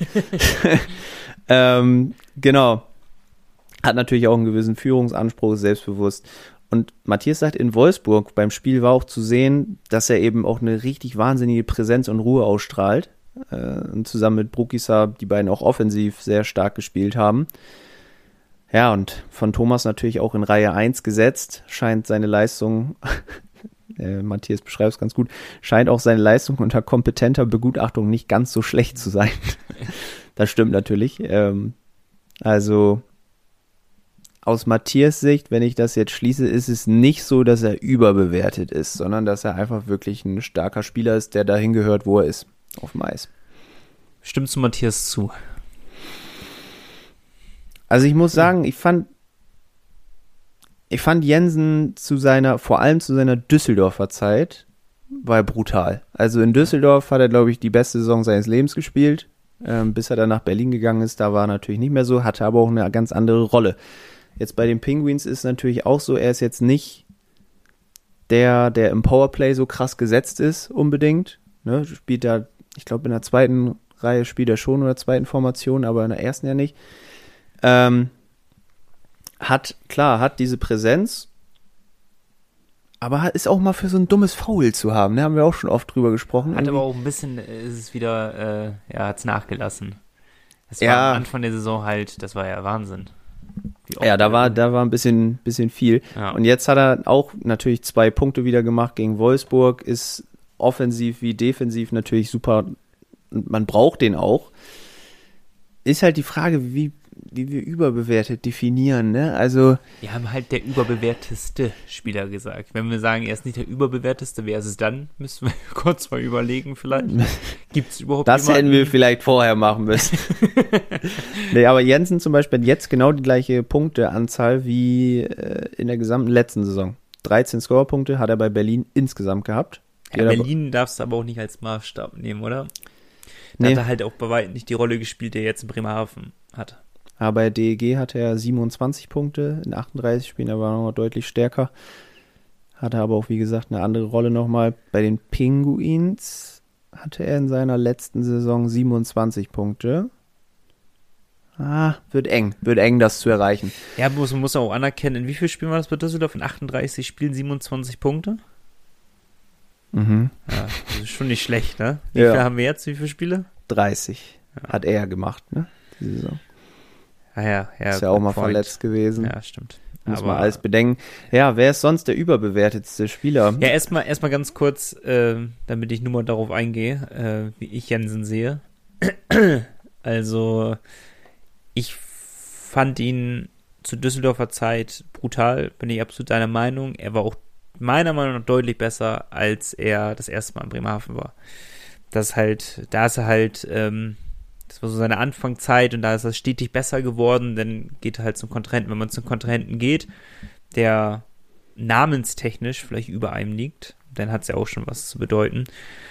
Genau. Hat natürlich auch einen gewissen Führungsanspruch, ist selbstbewusst. Und Matthias sagt, in Wolfsburg beim Spiel war auch zu sehen, dass er eben auch eine richtig wahnsinnige Präsenz und Ruhe ausstrahlt. Und zusammen mit Brukisa die beiden auch offensiv sehr stark gespielt haben. Ja, und von Thomas natürlich auch in Reihe 1 gesetzt, scheint seine Leistung, Matthias beschreibt es ganz gut, scheint auch seine Leistung unter kompetenter Begutachtung nicht ganz so schlecht zu sein. Das stimmt natürlich. Also aus Matthias Sicht, wenn ich das jetzt schließe, ist es nicht so, dass er überbewertet ist, sondern dass er einfach wirklich ein starker Spieler ist, der dahin gehört, wo er ist, auf dem Eis. Stimmst du Matthias zu? Also ich muss sagen, ich fand Jensen vor allem zu seiner Düsseldorfer Zeit, war er brutal. Also in Düsseldorf hat er, glaube ich, die beste Saison seines Lebens gespielt, bis er dann nach Berlin gegangen ist. Da war er natürlich nicht mehr so, hatte aber auch eine ganz andere Rolle. Jetzt bei den Penguins ist natürlich auch so, er ist jetzt nicht der im Powerplay so krass gesetzt ist unbedingt. Ne? Spielt da, ich glaube in der zweiten Reihe spielt er schon oder zweiten Formation, aber in der ersten ja nicht. Hat diese Präsenz, aber ist auch mal für so ein dummes Foul zu haben, ne? Haben wir auch schon oft drüber gesprochen. Hat aber auch ein bisschen, ist es wieder, hat's nachgelassen. Es war Ja. am Anfang der Saison halt, das war ja Wahnsinn. Ja, da war ein bisschen viel. Ja. Und jetzt hat er auch natürlich 2 Punkte wieder gemacht gegen Wolfsburg, ist offensiv wie defensiv natürlich super, man braucht den auch. Ist halt die Frage, wie wir überbewertet definieren, ne? Also Wir haben halt der überbewerteste Spieler gesagt. Wenn wir sagen, er ist nicht der überbewerteste, wer ist es dann? Müssen wir kurz mal überlegen vielleicht. Gibt es überhaupt das jemanden? hätten wir vielleicht vorher machen müssen. Nee, aber Jensen zum Beispiel hat jetzt genau die gleiche Punkteanzahl wie in der gesamten letzten Saison. 13 Scorerpunkte hat er bei Berlin insgesamt gehabt. Ja, Berlin darfst du aber auch nicht als Maßstab nehmen, oder? Da Nee. hat er halt auch bei weitem nicht die Rolle gespielt, die er jetzt in Bremerhaven hat. Aber bei DEG hatte er 27 Punkte in 38 Spielen, er war nochmal deutlich stärker. Hatte aber auch, wie gesagt, eine andere Rolle nochmal. Bei den Pinguins hatte er in seiner letzten Saison 27 Punkte. Wird eng, das zu erreichen. Ja, man muss auch anerkennen, in wie viel Spielen war das bei Düsseldorf? In 38 Spielen 27 Punkte? Mhm. Ja, das ist schon nicht schlecht, ne? Wie Ja. viel haben wir jetzt? Wie viele Spiele? 30 hat er gemacht, ne? Die Saison. Ja, Ist ja auch mal Point. verletzt gewesen. Ja, stimmt. Muss man alles bedenken. Ja, wer ist sonst der überbewertetste Spieler? Ja, erstmal ganz kurz, damit ich nur mal darauf eingehe, wie ich Jensen sehe. Also, ich fand ihn zu Düsseldorfer Zeit brutal, bin ich absolut deiner Meinung. Er war auch meiner Meinung nach deutlich besser, als er das erste Mal in Bremerhaven war. Da ist er halt, das war so seine Anfangszeit und da ist er stetig besser geworden, dann geht er halt zum Kontrahenten. Wenn man zum Kontrahenten geht, der namenstechnisch vielleicht über einem liegt, dann hat es ja auch schon was zu bedeuten.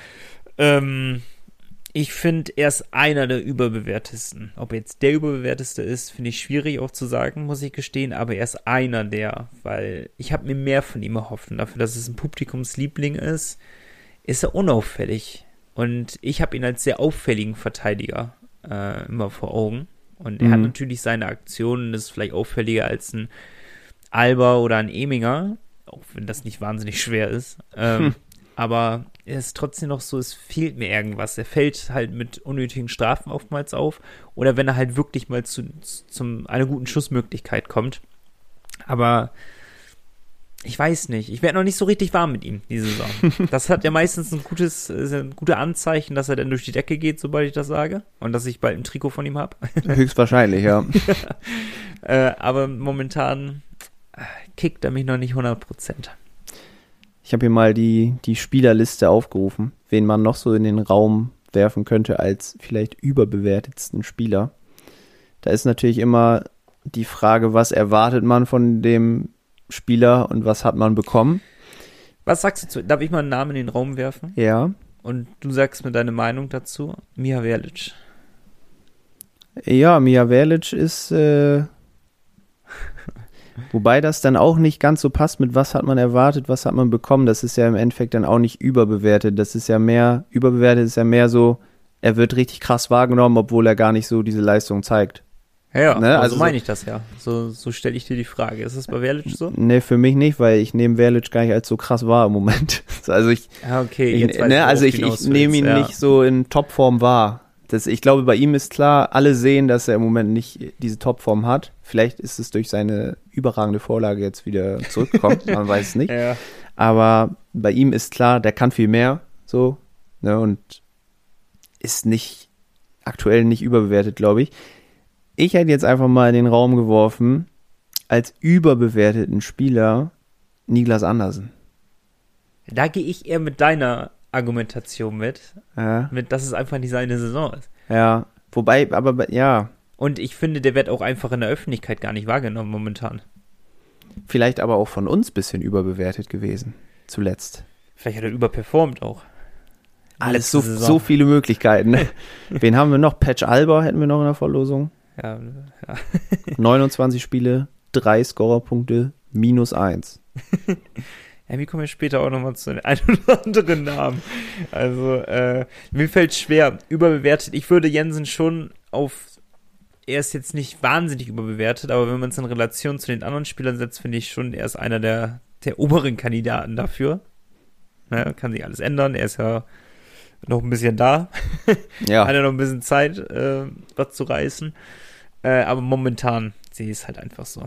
Ich finde, er ist einer der überbewertesten. Ob er jetzt der überbewerteste ist, finde ich schwierig auch zu sagen, muss ich gestehen, aber er ist einer der, weil ich habe mir mehr von ihm erhofft und dafür, dass es ein Publikumsliebling ist er unauffällig. Und ich habe ihn als sehr auffälligen Verteidiger immer vor Augen. Und er hat natürlich seine Aktionen, das ist vielleicht auffälliger als ein Alba oder ein Eminger, auch wenn das nicht wahnsinnig schwer ist. aber es ist trotzdem noch so, es fehlt mir irgendwas. Er fällt halt mit unnötigen Strafen oftmals auf oder wenn er halt wirklich mal zu einer guten Schussmöglichkeit kommt. Aber ich weiß nicht. Ich werde noch nicht so richtig warm mit ihm diese Saison. Das hat ja meistens ein gute Anzeichen, dass er dann durch die Decke geht, sobald ich das sage. Und dass ich bald ein Trikot von ihm habe. Höchstwahrscheinlich, ja. Aber momentan kickt er mich noch nicht 100%. Ich habe hier mal die Spielerliste aufgerufen, wen man noch so in den Raum werfen könnte als vielleicht überbewertetsten Spieler. Da ist natürlich immer die Frage, was erwartet man von dem Spieler und was hat man bekommen? Was sagst du zu? Darf ich mal einen Namen in den Raum werfen? Ja. Und du sagst mir deine Meinung dazu. Miha Verlic. Ja, Miha Verlic ist wobei das dann auch nicht ganz so passt mit was hat man erwartet, was hat man bekommen. Das ist ja im Endeffekt dann auch nicht überbewertet. Das ist ja mehr, überbewertet ist ja mehr so, er wird richtig krass wahrgenommen, obwohl er gar nicht so diese Leistung zeigt. Ja, ne? Also meine ich das ja. So stelle ich dir die Frage. Ist das bei Verlic so? Nee, für mich nicht, weil ich nehme Verlic gar nicht als so krass wahr im Moment. Also ich nehme ihn nicht so in Topform wahr. Ich glaube, bei ihm ist klar, alle sehen, dass er im Moment nicht diese Topform hat. Vielleicht ist es durch seine überragende Vorlage jetzt wieder zurückgekommen, man weiß es nicht. Ja. Aber bei ihm ist klar, der kann viel mehr, so, ne, und ist aktuell nicht überbewertet, glaube ich. Ich hätte jetzt einfach mal in den Raum geworfen, als überbewerteten Spieler Niklas Andersen. Da gehe ich eher mit deiner Argumentation mit, ja. Dass es einfach nicht seine Saison ist. Ja, wobei, aber ja. Und ich finde, der wird auch einfach in der Öffentlichkeit gar nicht wahrgenommen momentan. Vielleicht aber auch von uns ein bisschen überbewertet gewesen, zuletzt. Vielleicht hat er überperformt auch. Alles so viele Möglichkeiten. Ne? Wen haben wir noch? Patch Alba hätten wir noch in der Verlosung. Ja. 29 Spiele, 3 Scorerpunkte, -1. Ja, wir kommen ja später auch nochmal zu den ein oder anderen Namen. Also, mir fällt schwer, überbewertet. Ich würde Jensen schon er ist jetzt nicht wahnsinnig überbewertet, aber wenn man es in Relation zu den anderen Spielern setzt, finde ich schon, er ist einer der oberen Kandidaten dafür. Ja, kann sich alles ändern, er ist ja noch ein bisschen da. Ja. Hat ja noch ein bisschen Zeit, was zu reißen. Aber momentan sehe ich es halt einfach so.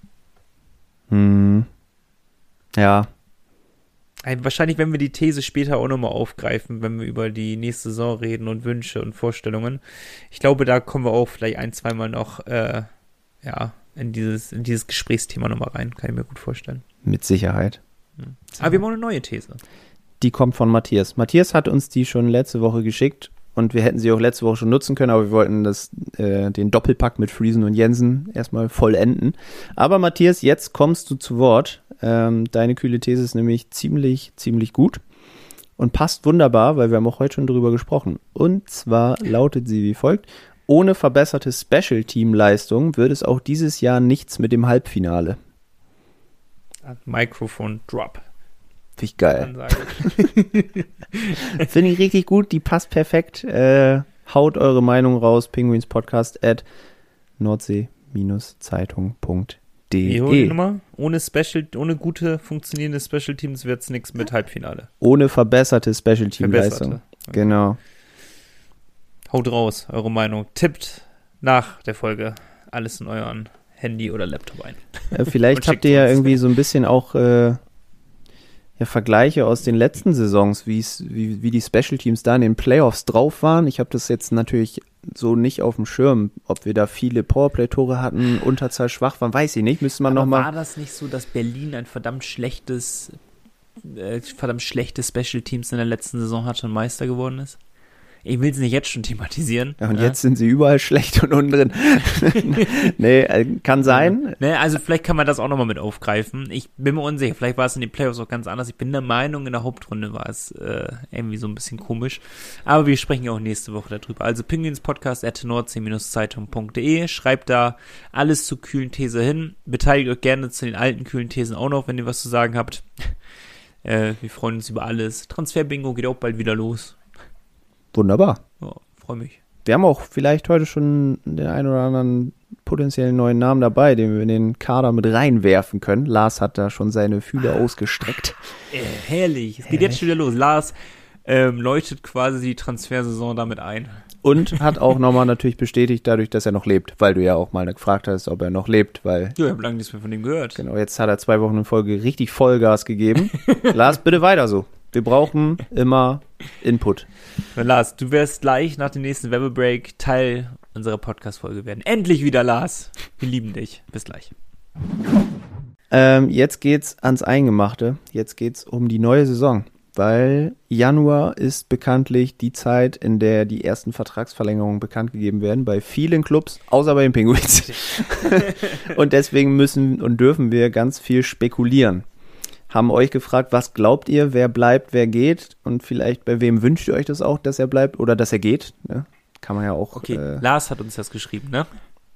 Ja. Wahrscheinlich, wenn wir die These später auch nochmal aufgreifen, wenn wir über die nächste Saison reden und Wünsche und Vorstellungen. Ich glaube, da kommen wir auch vielleicht ein-, zweimal noch in dieses Gesprächsthema nochmal rein. Kann ich mir gut vorstellen. Mit Sicherheit. Aber wir haben auch eine neue These. Die kommt von Matthias. Matthias hat uns die schon letzte Woche geschickt und wir hätten sie auch letzte Woche schon nutzen können, aber wir wollten den Doppelpack mit Friesen und Jensen erstmal vollenden. Aber Matthias, jetzt kommst du zu Wort. Deine kühle These ist nämlich ziemlich, ziemlich gut und passt wunderbar, weil wir haben auch heute schon drüber gesprochen. Und zwar lautet sie wie folgt: Ohne verbesserte Special-Team-Leistung wird es auch dieses Jahr nichts mit dem Halbfinale. Mikrofon Drop. Finde ich geil. Finde ich richtig gut, die passt perfekt. Haut eure Meinung raus, penguinspodcast@nordsee-zeitung.de. Ohne gute, funktionierende Special Teams wird es nichts mit Halbfinale. Ohne verbesserte Special Team-Leistung. Okay. Genau. Haut raus, eure Meinung. Tippt nach der Folge alles in euren Handy oder Laptop ein. Vielleicht habt ihr ja irgendwie so ein bisschen auch Vergleiche aus den letzten Saisons, wie die Special Teams da in den Playoffs drauf waren. Ich habe das jetzt natürlich so nicht auf dem Schirm, ob wir da viele Powerplay-Tore hatten, Unterzahl schwach waren, weiß ich nicht. Müsste man nochmal. War das nicht so, dass Berlin ein verdammt schlechtes Special Teams in der letzten Saison hatte und Meister geworden ist? Ich will es nicht jetzt schon thematisieren. Ja, und jetzt sind sie überall schlecht und unten drin. Nee, kann sein. Ne, also vielleicht kann man das auch nochmal mit aufgreifen. Ich bin mir unsicher, vielleicht war es in den Playoffs auch ganz anders. Ich bin der Meinung, in der Hauptrunde war es irgendwie so ein bisschen komisch. Aber wir sprechen ja auch nächste Woche darüber. Also penguinspodcast@nordsee-zeitung.de. Schreibt da alles zur kühlen These hin. Beteiligt euch gerne zu den alten kühlen Thesen auch noch, wenn ihr was zu sagen habt. Wir freuen uns über alles. Transfer-Bingo geht auch bald wieder los. Wunderbar. Ja, freue mich. Wir haben auch vielleicht heute schon den einen oder anderen potenziellen neuen Namen dabei, den wir in den Kader mit reinwerfen können. Lars hat da schon seine Fühler ausgestreckt. Herrlich. Es geht jetzt schon wieder los. Lars läutet quasi die Transfersaison damit ein. Und hat auch nochmal natürlich bestätigt, dadurch, dass er noch lebt, weil du ja auch mal gefragt hast, ob er noch lebt, weil... Ja, ich habe lange nichts mehr von ihm gehört. Genau, jetzt hat er 2 Wochen in Folge richtig Vollgas gegeben. Lars, bitte weiter so. Wir brauchen immer Input. Na, Lars, du wirst gleich nach dem nächsten Werbebreak Teil unserer Podcast-Folge werden. Endlich wieder, Lars. Wir lieben dich. Bis gleich. Jetzt geht's ans Eingemachte. Jetzt geht's um die neue Saison. Weil Januar ist bekanntlich die Zeit, in der die ersten Vertragsverlängerungen bekannt gegeben werden, bei vielen Clubs, außer bei den Penguins. Und deswegen müssen und dürfen wir ganz viel spekulieren. Haben euch gefragt, was glaubt ihr, wer bleibt, wer geht? Und vielleicht bei wem wünscht ihr euch das auch, dass er bleibt oder dass er geht? Ne? Kann man ja auch... Okay, Lars hat uns das geschrieben, ne?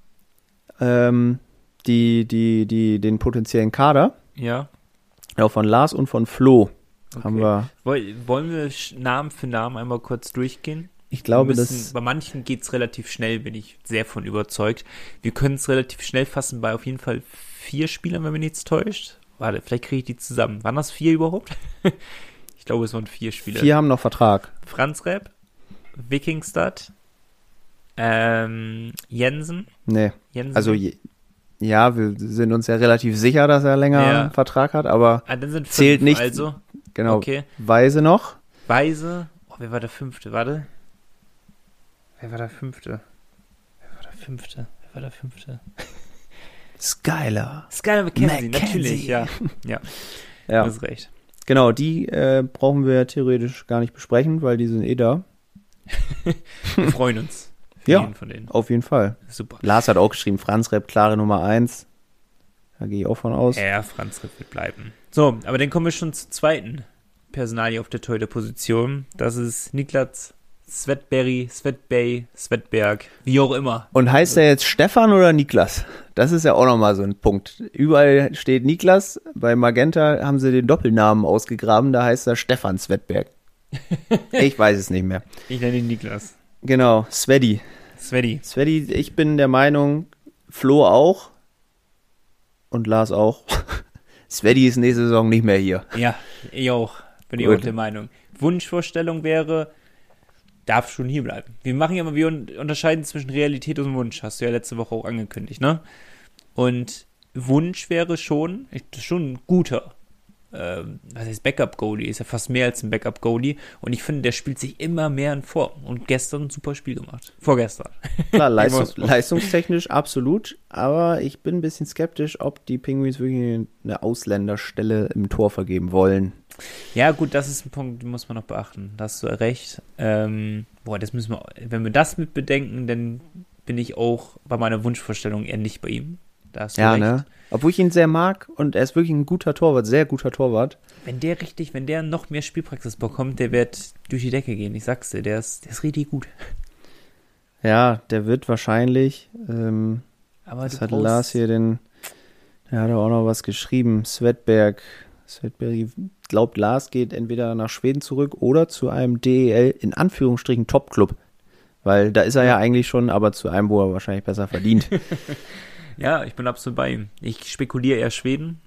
Den potenziellen Kader. Ja. Auch von Lars und von Flo. Okay. Haben wir. Wollen wir Namen für Namen einmal kurz durchgehen? Ich glaube, bei manchen geht es relativ schnell, bin ich sehr von überzeugt. Wir können es relativ schnell fassen bei auf jeden Fall 4 Spielern, wenn mich nichts täuscht. Warte, vielleicht kriege ich die zusammen. Waren das 4 überhaupt? Ich glaube, es waren 4 Spieler. 4 haben noch Vertrag. Franz Rapp, Wikingstad, Jensen. Nee, Jensen. also ja, wir sind uns ja relativ sicher, dass er länger einen Vertrag hat, aber dann sind 5, zählt nicht. Also. Genau, okay. Weise noch. Weise, wer war der 5.? Warte. Wer war der 5.? Skylar McKenzie, natürlich, ja. Ja, du hast recht. Genau, die brauchen wir theoretisch gar nicht besprechen, weil die sind eh da. Wir freuen uns. Ja, von denen. auf jeden Fall. Super. Lars hat auch geschrieben, Franz Rapp, klare Nummer 1. Da gehe ich auch von aus. Ja, Franz Rapp wird bleiben. So, aber dann kommen wir schon zur zweiten Personalie auf der Torhüter-Position. Das ist Niklas Svedberg, wie auch immer. Und heißt er jetzt Stefan oder Niklas? Das ist ja auch nochmal so ein Punkt. Überall steht Niklas, bei Magenta haben sie den Doppelnamen ausgegraben, da heißt er Stefan Svedberg. Ich weiß es nicht mehr. Ich nenne ihn Niklas. Genau, Svedi, ich bin der Meinung, Flo auch und Lars auch. Svedi ist nächste Saison nicht mehr hier. Ja, ich auch. Bin ich auch der Meinung. Wunschvorstellung wäre, darf schon hier bleiben. Wir unterscheiden zwischen Realität und Wunsch. Hast du ja letzte Woche auch angekündigt, ne? Und Wunsch wäre schon ein guter, was heißt Backup-Goalie, ist ja fast mehr als ein Backup-Goalie. Und ich finde, der spielt sich immer mehr in Form. Und gestern ein super Spiel gemacht. Vorgestern. Klar, leistungstechnisch absolut. Aber ich bin ein bisschen skeptisch, ob die Penguins wirklich eine Ausländerstelle im Tor vergeben wollen. Ja, gut, das ist ein Punkt, den muss man noch beachten. Da hast du recht. Das müssen wir, wenn wir das mit bedenken, dann bin ich auch bei meiner Wunschvorstellung eher nicht bei ihm. Da hast du recht. Ne? Obwohl ich ihn sehr mag und er ist wirklich ein guter Torwart, sehr guter Torwart. Wenn der noch mehr Spielpraxis bekommt, der wird durch die Decke gehen. Ich sag's dir, der ist richtig gut. Ja, der wird wahrscheinlich, aber das hat Lars hier der hat auch noch was geschrieben, Svedberg, glaubt Lars geht entweder nach Schweden zurück oder zu einem DEL in Anführungsstrichen Top-Club. Weil da ist er ja eigentlich schon, aber zu einem, wo er wahrscheinlich besser verdient. Ja, ich bin absolut bei ihm. Ich spekuliere eher Schweden.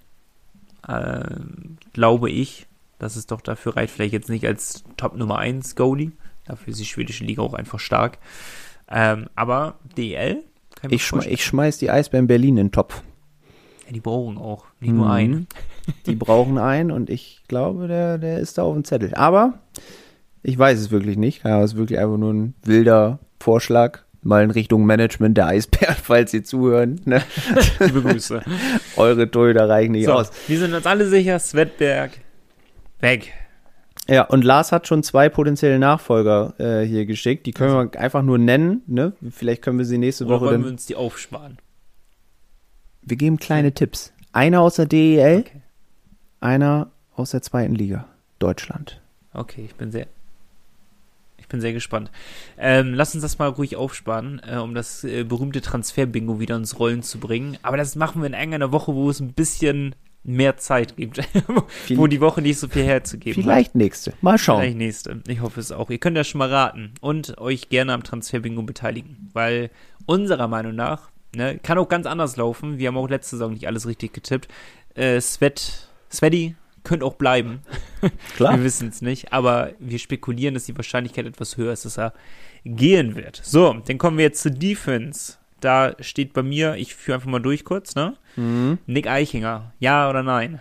Glaube ich, dass es doch dafür reicht. Vielleicht jetzt nicht als Top Nummer 1 Goalie. Dafür ist die schwedische Liga auch einfach stark. Aber DEL? Ich schmeiß die Eisbären Berlin in den Topf. Ja, die brauchen auch. Nicht nur einen. Die brauchen einen und ich glaube, der ist da auf dem Zettel. Aber ich weiß es wirklich nicht. Ja, es ist wirklich einfach nur ein wilder Vorschlag. Mal in Richtung Management der Eisbären, falls Sie zuhören. Ne? Liebe Grüße. Eure Torhüter reichen nicht aus. Wir sind uns alle sicher, Svedberg weg. Ja, und Lars hat schon 2 potenzielle Nachfolger hier geschickt. Die können wir einfach nur nennen. Ne? Vielleicht können wir sie nächste Woche wollen wir uns die aufsparen? Wir geben kleine Tipps. Einer aus der DEL, einer aus der 2. Liga, Deutschland. Okay, ich bin sehr gespannt. Lass uns das mal ruhig aufsparen, um das berühmte Transfer-Bingo wieder ins Rollen zu bringen. Aber das machen wir in irgendeiner Woche, wo es ein bisschen mehr Zeit gibt, wo die Woche nicht so viel herzugeben vielleicht hat. Nächste. Mal schauen. Vielleicht nächste. Ich hoffe es auch. Ihr könnt ja schon mal raten und euch gerne am Transfer-Bingo beteiligen, weil unserer Meinung nach ne, kann auch ganz anders laufen. Wir haben auch letzte Saison nicht alles richtig getippt. Sveti könnte auch bleiben. Klar. Wir wissen es nicht, aber wir spekulieren, dass die Wahrscheinlichkeit etwas höher ist, dass er gehen wird. So, dann kommen wir jetzt zur Defense. Da steht bei mir, ich führe einfach mal durch kurz, ne? Nick Eichinger, ja oder nein?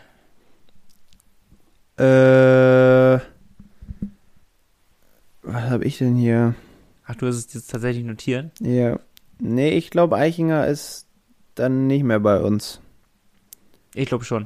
Was habe ich denn hier? Ach, du hast es jetzt tatsächlich notiert? Ja. Nee, ich glaube, Eichinger ist dann nicht mehr bei uns. Ich glaube schon.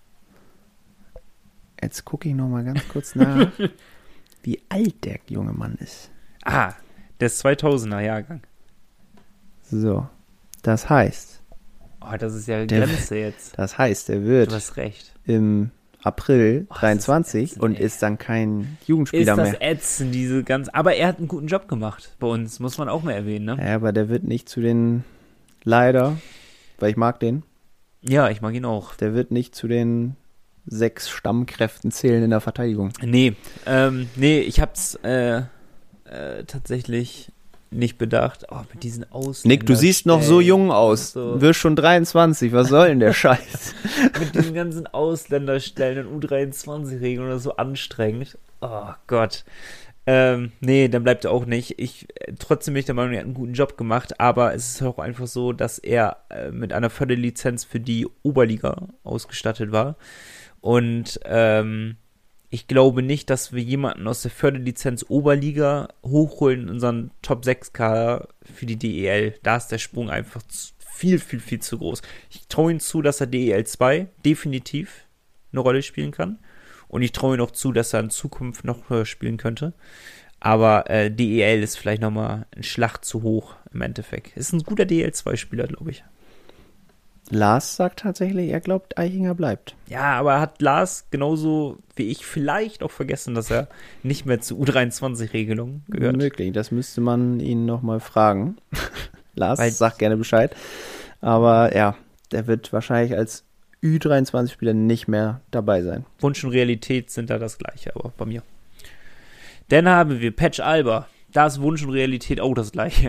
Jetzt gucke ich noch mal ganz kurz nach, wie alt der junge Mann ist. Ah, der ist 2000er Jahrgang. So, das heißt... Oh, das ist ja Grenze jetzt. Das heißt, er wird Du hast recht. im April Das 23 ist ätzend, und ey. ist dann kein Ist Jugendspieler das mehr. ätzend, diese ganz... Aber er hat einen guten Job gemacht bei uns, muss man auch mal erwähnen, ne? Ja, aber der wird nicht zu den, leider, weil ich mag den, Ja, ich mag ihn auch. der wird nicht zu den 6 Stammkräften zählen in der Verteidigung. Nee, ich hab's tatsächlich nicht bedacht. Oh, mit diesen Ausländern. Nick, du siehst noch so jung aus. So. Wirst schon 23. Was soll denn der Scheiß? Mit diesen ganzen Ausländerstellen und U23-Regeln oder so anstrengend. Oh Gott. Nee, dann bleibt er auch nicht. Trotzdem bin ich der Meinung, er hat einen guten Job gemacht, aber es ist auch einfach so, dass er mit einer Förderlizenz für die Oberliga ausgestattet war. Und ich glaube nicht, dass wir jemanden aus der Förderlizenz Oberliga hochholen in unseren Top-6-Kader für die DEL. Da ist der Sprung einfach viel, viel, viel zu groß. Ich traue ihm zu, dass er DEL 2 definitiv eine Rolle spielen kann. Und ich traue ihm auch zu, dass er in Zukunft noch höher spielen könnte. Aber DEL ist vielleicht nochmal ein Schlag zu hoch im Endeffekt. Ist ein guter DEL-2-Spieler, glaube ich. Lars sagt tatsächlich, er glaubt, Eichinger bleibt. Ja, aber hat Lars genauso wie ich vielleicht auch vergessen, dass er nicht mehr zur U23-Regelung gehört? Möglich, das müsste man ihn nochmal fragen. Lars Weil- sagt gerne Bescheid. Aber ja, der wird wahrscheinlich als Ü23-Spieler nicht mehr dabei sein. Wunsch und Realität sind da das Gleiche, aber bei mir. Dann haben wir Patch Alba. Da ist Wunsch und Realität auch das Gleiche.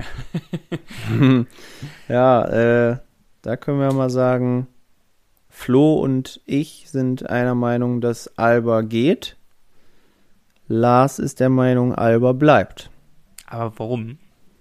Ja, da können wir mal sagen, Flo und ich sind einer Meinung, dass Alba geht. Lars ist der Meinung, Alba bleibt. Aber warum?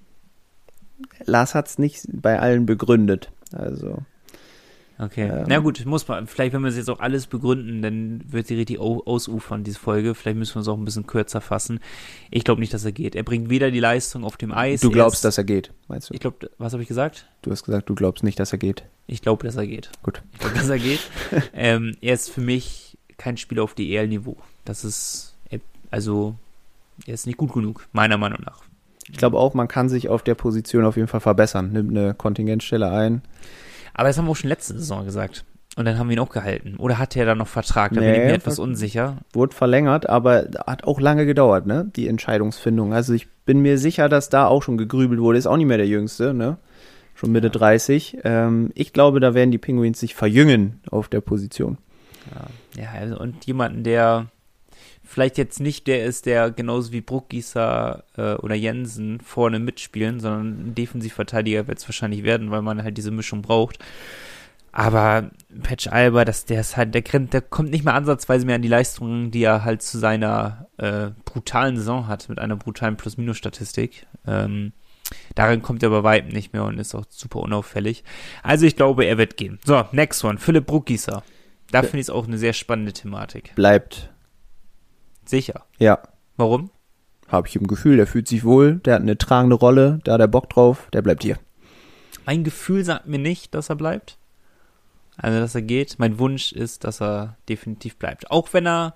Lars hat es nicht bei allen begründet. Also, Okay. Na gut, muss man, vielleicht, wenn wir es jetzt auch alles begründen, dann wird sie richtig ausufern, diese Folge. Vielleicht müssen wir es auch ein bisschen kürzer fassen. Ich glaube nicht, dass er geht. Er bringt weder die Leistung auf dem Eis. du glaubst, dass er geht, meinst du? Ich glaube, was habe ich gesagt? Du hast gesagt, du glaubst nicht, dass er geht. Ich glaube, dass er geht. Gut. Ich glaube, dass er geht. Er ist für mich kein Spieler auf DEL-Niveau. Das ist, er ist nicht gut genug, meiner Meinung nach. Ich glaube auch, man kann sich auf der Position auf jeden Fall verbessern. Nimmt eine Kontingentstelle ein. Aber das haben wir auch schon letzte Saison gesagt. Und dann haben wir ihn auch gehalten. Oder hat er da noch Vertrag? Da Nee, bin ich mir etwas unsicher. Wurde verlängert, aber hat auch lange gedauert, ne? Die Entscheidungsfindung. Also ich bin mir sicher, dass da auch schon gegrübelt wurde. Ist auch nicht mehr der Jüngste, ne? Schon Mitte 30. Ich glaube, da werden die Penguins sich verjüngen auf der Position. Ja, also, und jemanden, der vielleicht jetzt nicht der ist, der genauso wie Bruckgießer oder Jensen vorne mitspielen, sondern ein Defensivverteidiger wird es wahrscheinlich werden, weil man halt diese Mischung braucht. Aber Patch Alba, der kommt nicht mehr ansatzweise mehr an die Leistungen, die er halt zu seiner brutalen Saison hat, mit einer brutalen Plus-Minus-Statistik. Darin kommt er bei weitem nicht mehr und ist auch super unauffällig. Also ich glaube, er wird gehen. So, next one, Philipp Bruckgießer. Da finde ich es auch eine sehr spannende Thematik. Bleibt. Sicher. Ja, Warum? habe ich im Gefühl, der fühlt sich wohl, der hat eine tragende Rolle, da hat er Bock drauf, der bleibt hier. Mein Gefühl sagt mir nicht, dass er bleibt. Also, dass er geht. Mein Wunsch ist, dass er definitiv bleibt. Auch wenn er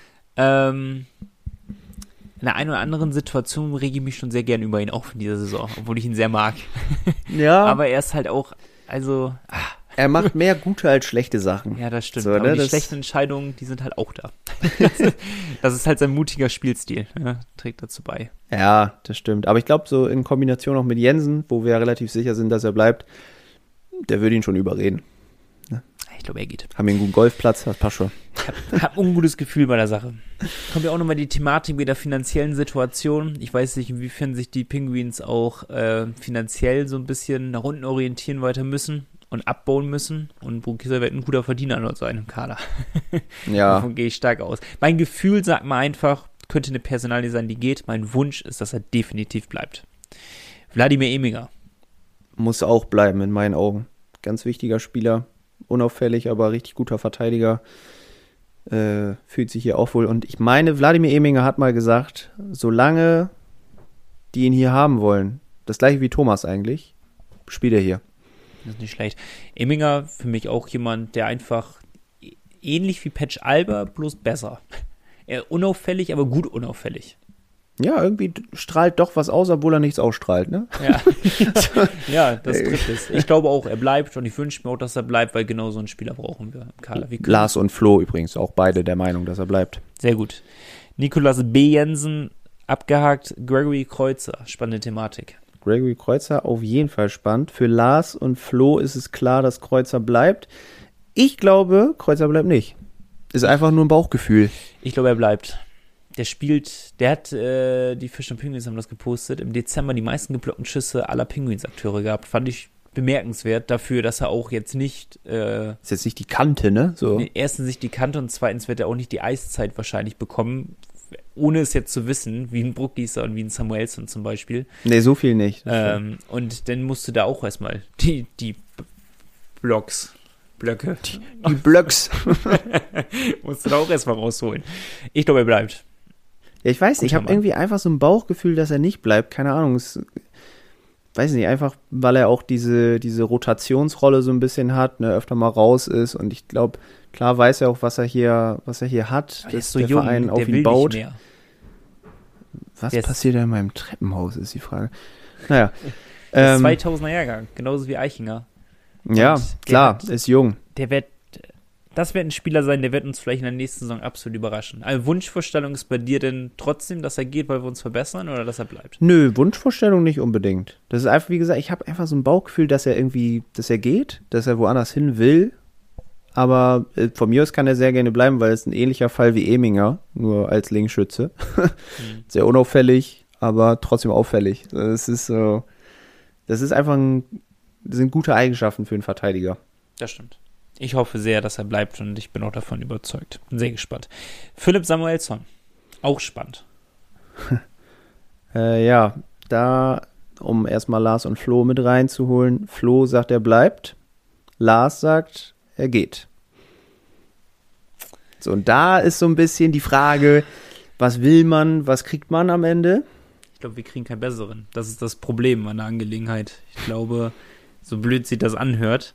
in der einen oder anderen Situation rege ich mich schon sehr gern über ihn auf in dieser Saison, obwohl ich ihn sehr mag. Ja, Aber er ist halt auch, also, er macht mehr gute als schlechte Sachen. ja, das stimmt. So, aber ne, die das- schlechten Entscheidungen, die sind halt auch da. Das ist halt sein mutiger Spielstil. Ja, trägt dazu bei. Ja, das stimmt. Aber ich glaube, so in Kombination auch mit Jensen, wo wir ja relativ sicher sind, dass er bleibt, der würde ihn schon überreden. glaube, er geht. Haben wir einen guten Golfplatz, das passt schon. Ich habe ein ungutes Gefühl bei der Sache. Kommt ja auch nochmal die Thematik mit der finanziellen Situation. Ich weiß nicht, inwiefern sich die Penguins auch finanziell so ein bisschen nach unten orientieren weiter müssen und abbauen müssen. Und Brooke Kieser wird ein guter Verdiener laut seinem Kader. Ja. Davon gehe ich stark aus. Mein Gefühl sagt mir einfach, könnte eine Personalie sein, die geht. Mein Wunsch ist, dass er definitiv bleibt. Wladimir Eminger. Muss auch bleiben in meinen Augen. Ganz wichtiger Spieler. Unauffällig, aber richtig guter Verteidiger. Fühlt sich hier auch wohl. Und ich meine, Wladimir Eminger hat mal gesagt, solange die ihn hier haben wollen, das gleiche wie Thomas eigentlich, spielt er hier. Das ist nicht schlecht. Eminger für mich auch jemand, der einfach ähnlich wie Patch Alba, bloß besser. Er unauffällig, aber gut unauffällig. Ja, irgendwie strahlt doch was aus, obwohl er nichts ausstrahlt, ne? Ja, ja, das trifft es. Ich glaube auch, er bleibt und ich wünsche mir auch, dass er bleibt, weil genau so einen Spieler brauchen wir im Kader. Lars und Flo übrigens, auch beide der Meinung, dass er bleibt. Sehr gut. Nicolas B. Jensen abgehakt, Gregory Kreuzer, spannende Thematik. Gregory Kreuzer auf jeden Fall spannend. Für Lars und Flo ist es klar, dass Kreuzer bleibt. Ich glaube, Kreuzer bleibt nicht. Ist einfach nur ein Bauchgefühl. Ich glaube, er bleibt. Der hat, die Fish und Penguins haben das gepostet, im Dezember die meisten geblockten Schüsse aller Penguins-Akteure gehabt. Fand ich bemerkenswert dafür, dass er auch jetzt nicht ist jetzt nicht die Kante, ne? So. Erstens nicht die Kante und zweitens wird er auch nicht die Eiszeit wahrscheinlich bekommen, ohne es jetzt zu wissen, wie ein Brookgießer und wie ein Samuelsson zum Beispiel. Nee, so viel nicht. Und dann musst du da auch erstmal die Blöcke. Die Blöcks. musst du da auch erstmal rausholen. Ich glaube, er bleibt. Ja, ich weiß nicht, ich habe irgendwie einfach so ein Bauchgefühl, dass er nicht bleibt. Keine Ahnung, weiß nicht, einfach, weil er auch diese Rotationsrolle so ein bisschen hat, ne, öfter mal raus ist und ich glaube, klar weiß er auch, was er hier hat, aber dass so der jung, Verein auf der ihn will baut. Nicht mehr. Was passiert da in meinem Treppenhaus, ist die Frage. Naja. Der ist 2000er Jahrgang, genauso wie Eichinger. Ja, klar, ist jung. Das wird ein Spieler sein, der wird uns vielleicht in der nächsten Saison absolut überraschen. Eine Wunschvorstellung ist bei dir denn trotzdem, dass er geht, weil wir uns verbessern oder dass er bleibt? Nö, Wunschvorstellung nicht unbedingt. Das ist einfach, wie gesagt, ich habe einfach so ein Bauchgefühl, dass er geht, dass er woanders hin will. Aber von mir aus kann er sehr gerne bleiben, weil es ein ähnlicher Fall wie Eminger, nur als Linksschütze. Sehr unauffällig, aber trotzdem auffällig. Das ist einfach das sind gute Eigenschaften für einen Verteidiger. Das stimmt. Ich hoffe sehr, dass er bleibt und ich bin auch davon überzeugt. Bin sehr gespannt. Philipp Samuelsson, auch spannend. Ja, da, um erstmal Lars und Flo mit reinzuholen. Flo sagt, er bleibt. Lars sagt, er geht. So, und da ist so ein bisschen die Frage, was will man, was kriegt man am Ende? Ich glaube, wir kriegen keinen besseren. Das ist das Problem an der Angelegenheit. Ich glaube, so blöd sich das anhört,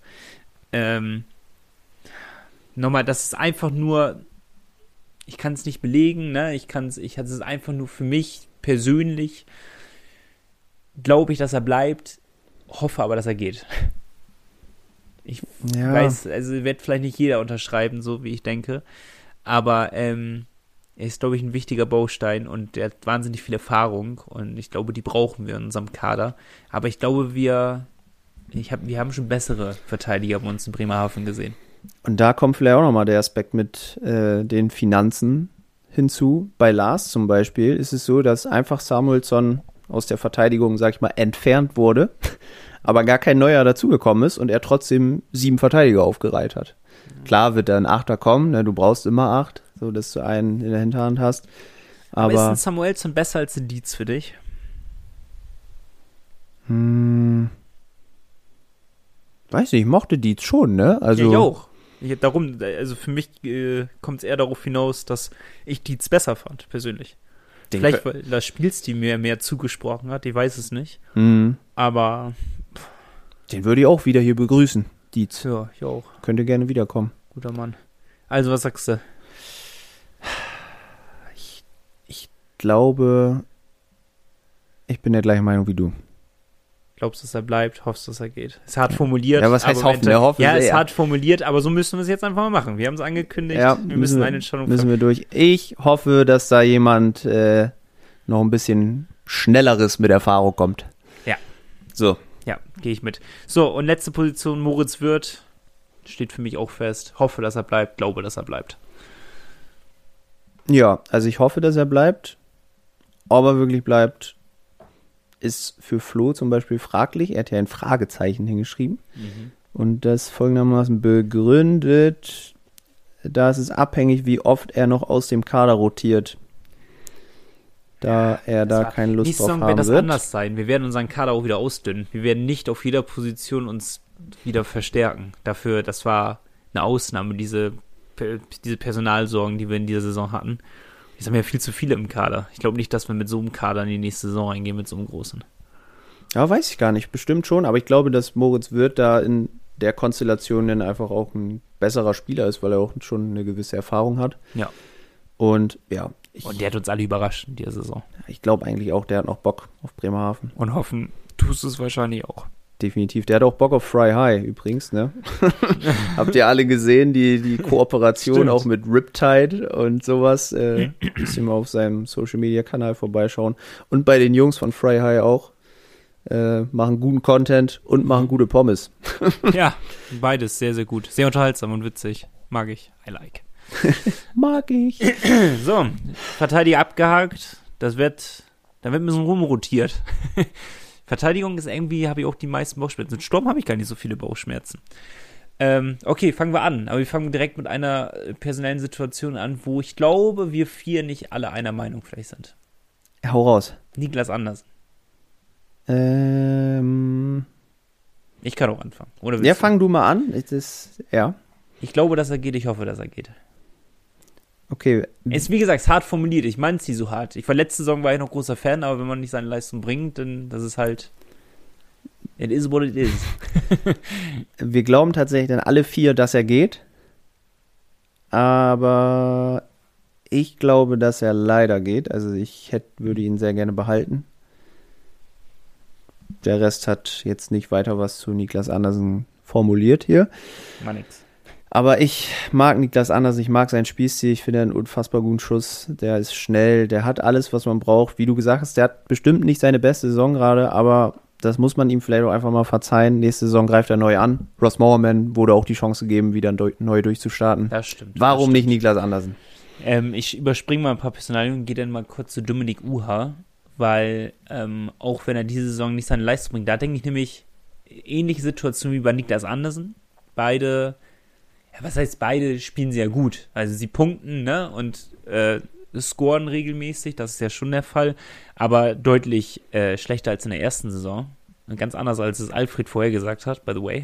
nochmal, das ist einfach nur, ich kann es nicht belegen, ne? Es ist einfach nur für mich persönlich, glaube ich, dass er bleibt, hoffe aber, dass er geht. Ich weiß, also wird vielleicht nicht jeder unterschreiben, so wie ich denke, aber er ist, glaube ich, ein wichtiger Baustein und er hat wahnsinnig viel Erfahrung und ich glaube, die brauchen wir in unserem Kader, aber ich glaube, wir haben schon bessere Verteidiger bei uns in Bremerhaven gesehen. Und da kommt vielleicht auch nochmal der Aspekt mit den Finanzen hinzu. Bei Lars zum Beispiel ist es so, dass einfach Samuelsson aus der Verteidigung, sag ich mal, entfernt wurde, aber gar kein neuer dazugekommen ist und er trotzdem 7 Verteidiger aufgereiht hat. Klar wird da ein 8er kommen, ne? Du brauchst immer 8, so dass du einen in der Hinterhand hast. Aber ist ein Samuelsson besser als ein Dietz für dich? Weiß nicht, ich mochte Dietz schon, ne? Also, ja, ich auch. Also für mich kommt es eher darauf hinaus, dass ich Dietz besser fand, persönlich. Vielleicht, weil das Spielstil mir mehr zugesprochen hat, ich weiß es nicht. Aber den würde ich auch wieder hier begrüßen, Dietz. Ja, ich auch. Könnte gerne wiederkommen. Guter Mann. Also, was sagst du? Ich glaube, ich bin der gleichen Meinung wie du. Glaubst du, dass er bleibt? Hoffst du, dass er geht? Ist hart formuliert. Ja, was heißt hoffen? Ja, ist hart formuliert, aber so müssen wir es jetzt einfach mal machen. Wir haben es angekündigt. Ja, wir müssen eine Entscheidung müssen wir durch. Ich hoffe, dass da jemand noch ein bisschen Schnelleres mit Erfahrung kommt. Ja. So. Ja, gehe ich mit. So, und letzte Position, Moritz Wirth. steht für mich auch fest. Hoffe, dass er bleibt, glaube, dass er bleibt. Ja, also ich hoffe, dass er bleibt. Ob er wirklich bleibt, ist für Flo zum Beispiel fraglich. Er hat ja ein Fragezeichen hingeschrieben. Und das folgendermaßen begründet, da ist es abhängig, wie oft er noch aus dem Kader rotiert. Da er da keine Lust drauf haben wird. Nächste Saison wird das anders sein. Wir werden unseren Kader auch wieder ausdünnen. Wir werden nicht auf jeder Position uns wieder verstärken. Dafür, das war eine Ausnahme, diese Personalsorgen, die wir in dieser Saison hatten. Jetzt haben wir ja viel zu viele im Kader. Ich glaube nicht, dass wir mit so einem Kader in die nächste Saison reingehen, mit so einem großen. Ja, weiß ich gar nicht. Bestimmt schon. Aber ich glaube, dass Moritz Wirth da in der Konstellation dann einfach auch ein besserer Spieler ist, weil er auch schon eine gewisse Erfahrung hat. Ja. Und ja. Und der hat uns alle überrascht in dieser Saison. Ich glaube eigentlich auch, der hat noch Bock auf Bremerhaven. Und hoffen, tust du es wahrscheinlich auch. Definitiv. Der hat auch Bock auf Fry High übrigens, ne? Habt ihr alle gesehen, die Kooperation Stimmt. auch mit Riptide und sowas? Müsst ihr mal auf seinem Social-Media-Kanal vorbeischauen. Und bei den Jungs von Fry High auch. Machen guten Content und machen gute Pommes. Ja, beides sehr, sehr gut. Sehr unterhaltsam und witzig. Mag ich. I like. Mag ich. So, Verteidiger abgehakt. Da wird ein bisschen rumrotiert. Verteidigung ist irgendwie, habe ich auch die meisten Bauchschmerzen. Mit Sturm habe ich gar nicht so viele Bauchschmerzen. Okay, fangen wir an. Aber wir fangen direkt mit einer personellen Situation an, wo ich glaube, wir 4 nicht alle einer Meinung vielleicht sind. Hau raus. Niklas Andersen. Ich kann auch anfangen. Oder Ja, fang du mal an. Ja. Ich glaube, dass er geht. Ich hoffe, dass er geht. Okay. Ist, wie gesagt, hart formuliert. Ich meine es nicht so hart. Letzte Saison war ich noch großer Fan, aber wenn man nicht seine Leistung bringt, dann das ist halt it is what it is. Wir glauben tatsächlich dann alle 4, dass er geht. Aber ich glaube, dass er leider geht. Also ich würde ihn sehr gerne behalten. Der Rest hat jetzt nicht weiter was zu Niklas Andersen formuliert hier. Mal nix. Aber ich mag Niklas Andersen, ich mag seinen Spielstil, ich finde er einen unfassbar guten Schuss, der ist schnell, der hat alles, was man braucht. Wie du gesagt hast, der hat bestimmt nicht seine beste Saison gerade, aber das muss man ihm vielleicht auch einfach mal verzeihen. Nächste Saison greift er neu an. Ross Mowerman wurde auch die Chance gegeben, wieder neu durchzustarten. Das stimmt. Warum nicht Niklas Andersen? Ich überspringe mal ein paar Personalien und gehe dann mal kurz zu Dominik Uha, weil auch wenn er diese Saison nicht seine Leistung bringt, da denke ich nämlich ähnliche Situation wie bei Niklas Andersen. Beide spielen sie ja gut. Also sie punkten, ne, und scoren regelmäßig, das ist ja schon der Fall, aber deutlich schlechter als in der ersten Saison. Und ganz anders, als es Alfred vorher gesagt hat, by the way.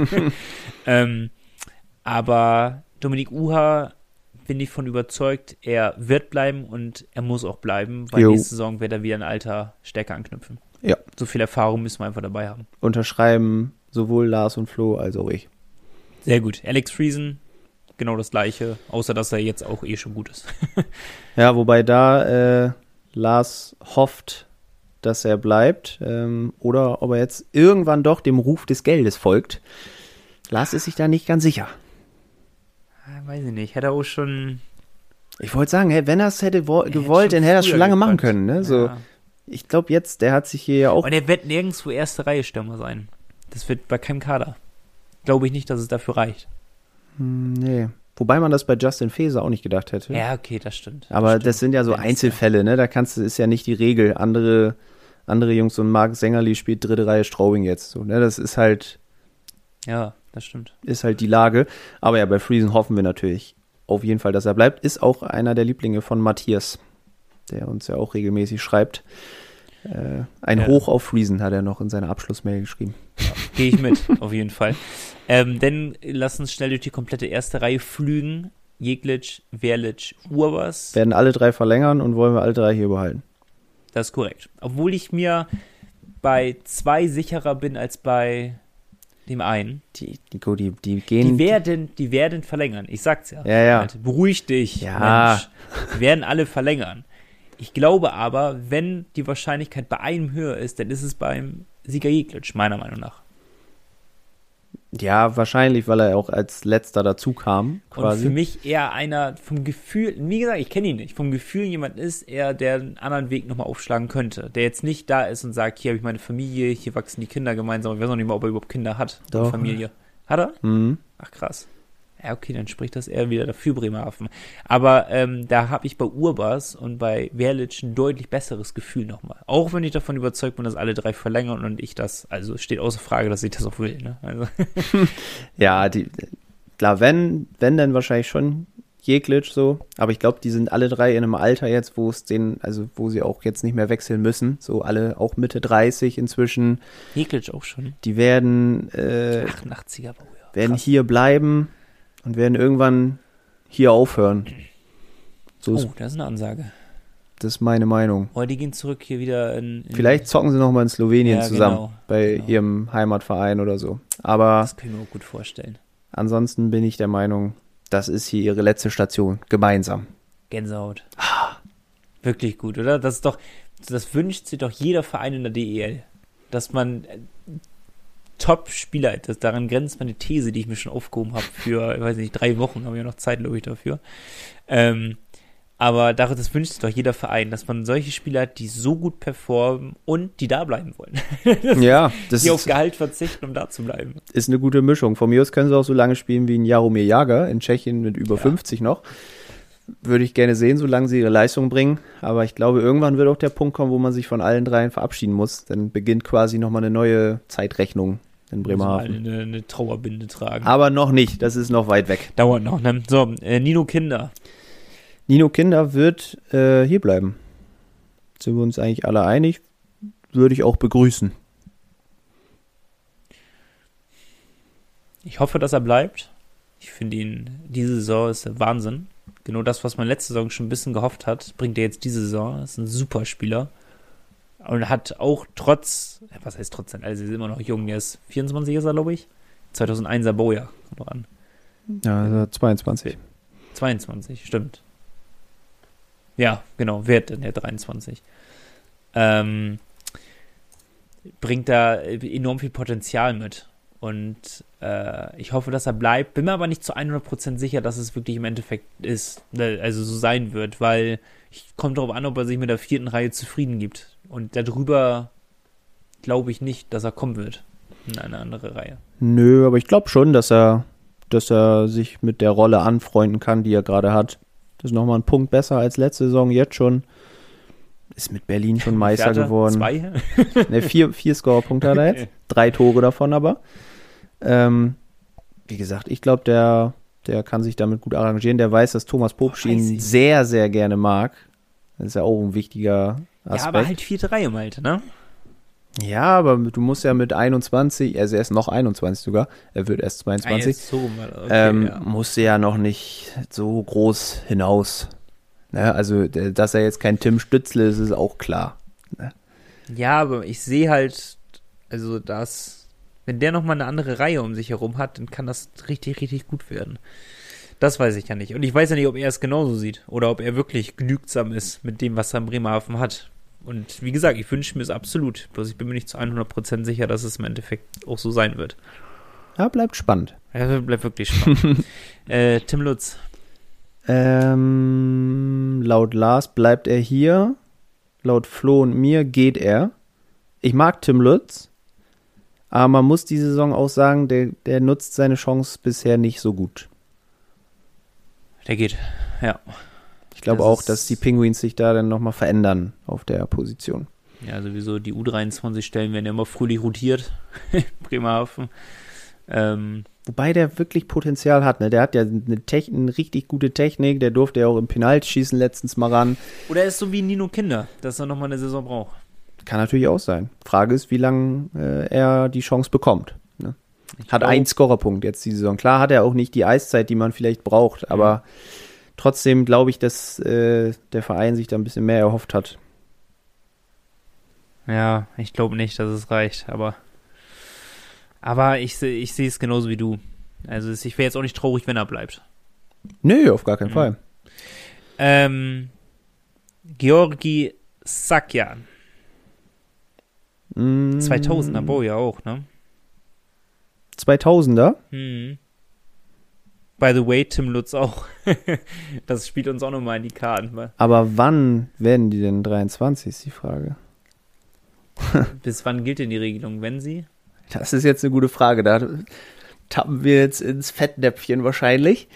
Aber Dominik Uha bin ich von überzeugt, er wird bleiben und er muss auch bleiben, weil nächste Saison wird er wieder ein alter Stärke anknüpfen. Ja. So viel Erfahrung müssen wir einfach dabei haben. Unterschreiben sowohl Lars und Flo als auch ich. Sehr gut. Alex Friesen, genau das Gleiche, außer dass er jetzt auch schon gut ist. Ja, wobei da Lars hofft, dass er bleibt oder ob er jetzt irgendwann doch dem Ruf des Geldes folgt. Lars ist sich da nicht ganz sicher. Weiß ich nicht, hätte er auch schon... Ich wollte sagen, wenn er es hätte gewollt, dann hätte er es schon lange machen können. Ne? So, ja. Ich glaube jetzt, der hat sich hier ja auch... Und er wird nirgendwo erste Reihe Stürmer sein. Das wird bei keinem Kader. Glaube ich nicht, dass es dafür reicht. Nee. Wobei man das bei Justin Faeser auch nicht gedacht hätte. Ja, okay, das stimmt. Aber das sind ja so Einzelfälle, ne? Da ist ja nicht die Regel. Andere Jungs, so ein Marc Sängerli spielt 3. Reihe Straubing jetzt. So, ne? Das ist halt... Ja, das stimmt. Ist halt die Lage. Aber ja, bei Friesen hoffen wir natürlich auf jeden Fall, dass er bleibt. Ist auch einer der Lieblinge von Matthias, der uns ja auch regelmäßig schreibt. Hoch auf Friesen hat er noch in seiner Abschlussmail geschrieben. Ja, gehe ich mit, auf jeden Fall. Dann lass uns schnell durch die komplette erste Reihe flügen. Jeglic, Verlic, Urbas. Werden alle 3 verlängern und wollen wir alle 3 hier behalten. Das ist korrekt. Obwohl ich mir bei 2 sicherer bin als bei dem einen. Die gehen... Die werden verlängern. Ich sag's ja. Ja. Alter, beruhig dich, ja. Mensch. Die werden alle verlängern. Ich glaube aber, wenn die Wahrscheinlichkeit bei einem höher ist, dann ist es beim Sieger Jeglic, meiner Meinung nach. Ja, wahrscheinlich, weil er auch als letzter dazu kam, quasi. Und für mich eher einer vom Gefühl, wie gesagt, ich kenne ihn nicht, vom Gefühl jemand ist, eher der einen anderen Weg nochmal aufschlagen könnte. Der jetzt nicht da ist und sagt, hier habe ich meine Familie, hier wachsen die Kinder gemeinsam. Ich weiß noch nicht mal, ob er überhaupt Kinder hat. Doch. Familie. Hat er? Mhm. Ach krass. Ja, okay, dann spricht das eher wieder dafür Bremerhaven. Aber da habe ich bei Urbas und bei Werlic ein deutlich besseres Gefühl nochmal. Auch wenn ich davon überzeugt bin, dass alle 3 verlängern und ich das, also steht außer Frage, dass ich das auch will. Ne? Also. Ja, klar, wenn dann wahrscheinlich schon Jeglic so, aber ich glaube, die sind alle 3 in einem Alter jetzt, wo sie auch jetzt nicht mehr wechseln müssen, so alle auch Mitte 30 inzwischen. Jeglic auch schon. Die werden 88er Baujahr. Werden hier bleiben und werden irgendwann hier aufhören. So Oh, das ist eine Ansage. Das ist meine Meinung. Oh, die gehen zurück hier wieder in Vielleicht zocken sie nochmal in Slowenien zusammen, genau, bei ihrem Heimatverein oder so. Aber das kann ich mir auch gut vorstellen. Ansonsten bin ich der Meinung, das ist hier ihre letzte Station, gemeinsam. Gänsehaut. Wirklich gut, oder? Das wünscht sich doch jeder Verein in der DEL. Dass man Top-Spieler, daran grenzt meine These, die ich mir schon aufgehoben habe für, ich weiß nicht, 3 Wochen, habe ich ja noch Zeit, glaube ich, dafür. Aber das wünscht sich doch jeder Verein, dass man solche Spieler hat, die so gut performen und die da bleiben wollen. Die auf Gehalt verzichten, um da zu bleiben. Ist eine gute Mischung. Von mir aus können sie auch so lange spielen wie ein Jaromir Jagr in Tschechien mit über 50 noch. Würde ich gerne sehen, solange sie ihre Leistung bringen. Aber ich glaube, irgendwann wird auch der Punkt kommen, wo man sich von allen 3 verabschieden muss. Dann beginnt quasi nochmal eine neue Zeitrechnung in Bremerhaven. Eine Trauerbinde tragen. Aber noch nicht, das ist noch weit weg. Dauert noch, ne? So, Nino Kinder. Nino Kinder wird hier bleiben. Sind wir uns eigentlich alle einig? Würde ich auch begrüßen. Ich hoffe, dass er bleibt. Ich finde ihn, diese Saison ist der Wahnsinn. Genau das, was man letzte Saison schon ein bisschen gehofft hat, bringt er jetzt diese Saison. Ist ein super Spieler. Und hat auch was heißt trotzdem, also er ist immer noch jung, er ist 24 ist er, glaube ich. 2001er Baujahr, kommt noch an. Ja, also 22. 22, stimmt. Ja, genau, wird denn der 23. Bringt da enorm viel Potenzial mit. Und ich hoffe, dass er bleibt. Bin mir aber nicht zu 100% sicher, dass es wirklich im Endeffekt ist, also so sein wird, weil kommt darauf an, ob er sich mit der 4. Reihe zufrieden gibt. Und darüber glaube ich nicht, dass er kommen wird in eine andere Reihe. Nö, aber ich glaube schon, dass er sich mit der Rolle anfreunden kann, die er gerade hat. Das ist nochmal ein Punkt besser als letzte Saison, jetzt schon. Ist mit Berlin schon Meister geworden. 2? Ne, 4 Scorerpunkte hat er jetzt. 3 Tore davon aber. Wie gesagt, ich glaube, der kann sich damit gut arrangieren. Der weiß, dass Thomas Popsch ihn sehr, sehr gerne mag. Das ist ja auch ein wichtiger Aspekt. Ja, aber halt 4. Reihe, Malte, ne? Ja, aber du musst ja mit 21, also er ist noch 21 sogar, er wird erst 22, musst du ja noch nicht so groß hinaus. Ne? Also, dass er jetzt kein Tim Stützle ist, ist auch klar. Ne? Ja, aber ich sehe halt, also wenn der nochmal eine andere Reihe um sich herum hat, dann kann das richtig, richtig gut werden. Das weiß ich ja nicht. Und ich weiß ja nicht, ob er es genauso sieht oder ob er wirklich genügsam ist mit dem, was er in Bremerhaven hat. Und wie gesagt, ich wünsche mir es absolut. Bloß ich bin mir nicht zu 100% sicher, dass es im Endeffekt auch so sein wird. Ja, bleibt spannend. Ja, bleibt wirklich spannend. Tim Lutz. Laut Lars bleibt er hier. Laut Flo und mir geht er. Ich mag Tim Lutz. Aber man muss die Saison auch sagen, der nutzt seine Chance bisher nicht so gut. Der geht, ja. Ich glaube auch, dass die Penguins sich da dann nochmal verändern auf der Position. Ja, sowieso die U23-Stellen werden ja immer fröhlich rotiert in Bremerhaven. Wobei der wirklich Potenzial hat, ne? Der hat ja eine richtig gute Technik, der durfte ja auch im Penaltschießen letztens mal ran. Oder er ist so wie Nino Kinder, dass er nochmal eine Saison braucht. Kann natürlich auch sein. Frage ist, wie lange er die Chance bekommt. Ne? Hat 1 Scorerpunkt jetzt die Saison. Klar hat er auch nicht die Eiszeit, die man vielleicht braucht, aber trotzdem glaube ich, dass der Verein sich da ein bisschen mehr erhofft hat. Ja, ich glaube nicht, dass es reicht, aber ich sehe es genauso wie du. Also ich wäre jetzt auch nicht traurig, wenn er bleibt. Nö, auf gar keinen Fall. Georgi Sakyan. 2000er Baujahr auch, ne? 2000er? By the way, Tim Lutz auch. Das spielt uns auch nochmal in die Karten. Aber wann werden die denn 23, ist die Frage. Bis wann gilt denn die Regelung, wenn sie? Das ist jetzt eine gute Frage. tappen wir jetzt ins Fettnäpfchen wahrscheinlich.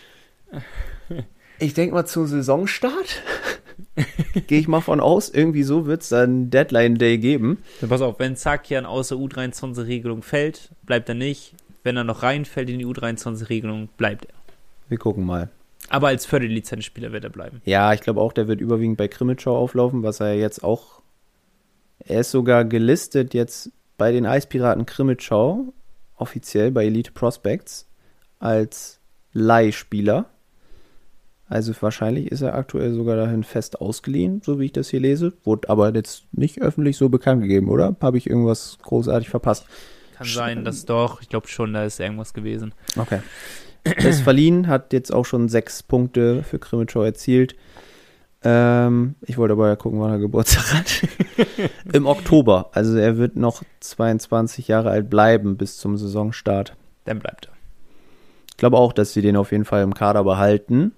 Ich denke mal zum Saisonstart. Gehe ich mal von aus. Irgendwie so wird es dann Deadline-Day geben. Dann pass auf, wenn Zakian außer U23-Regelung fällt, bleibt er nicht. Wenn er noch reinfällt in die U23-Regelung, bleibt er. Wir gucken mal. Aber als Förderlizenzspieler wird er bleiben. Ja, ich glaube auch, der wird überwiegend bei Krimitschau auflaufen, was er jetzt auch... Er ist sogar gelistet jetzt bei den Eispiraten Krimitschau, offiziell bei Elite Prospects, als Leihspieler. Also wahrscheinlich ist er aktuell sogar dahin fest ausgeliehen, so wie ich das hier lese. Wurde aber jetzt nicht öffentlich so bekannt gegeben, oder? Habe ich irgendwas großartig verpasst? Kann sein, dass doch. Ich glaube schon, da ist irgendwas gewesen. Okay. Das verliehen hat jetzt auch schon 6 Punkte für Krimitschau erzielt. Ich wollte aber ja gucken, wann er Geburtstag hat. Im Oktober. Also er wird noch 22 Jahre alt bleiben bis zum Saisonstart. Dann bleibt er. Ich glaube auch, dass sie den auf jeden Fall im Kader behalten.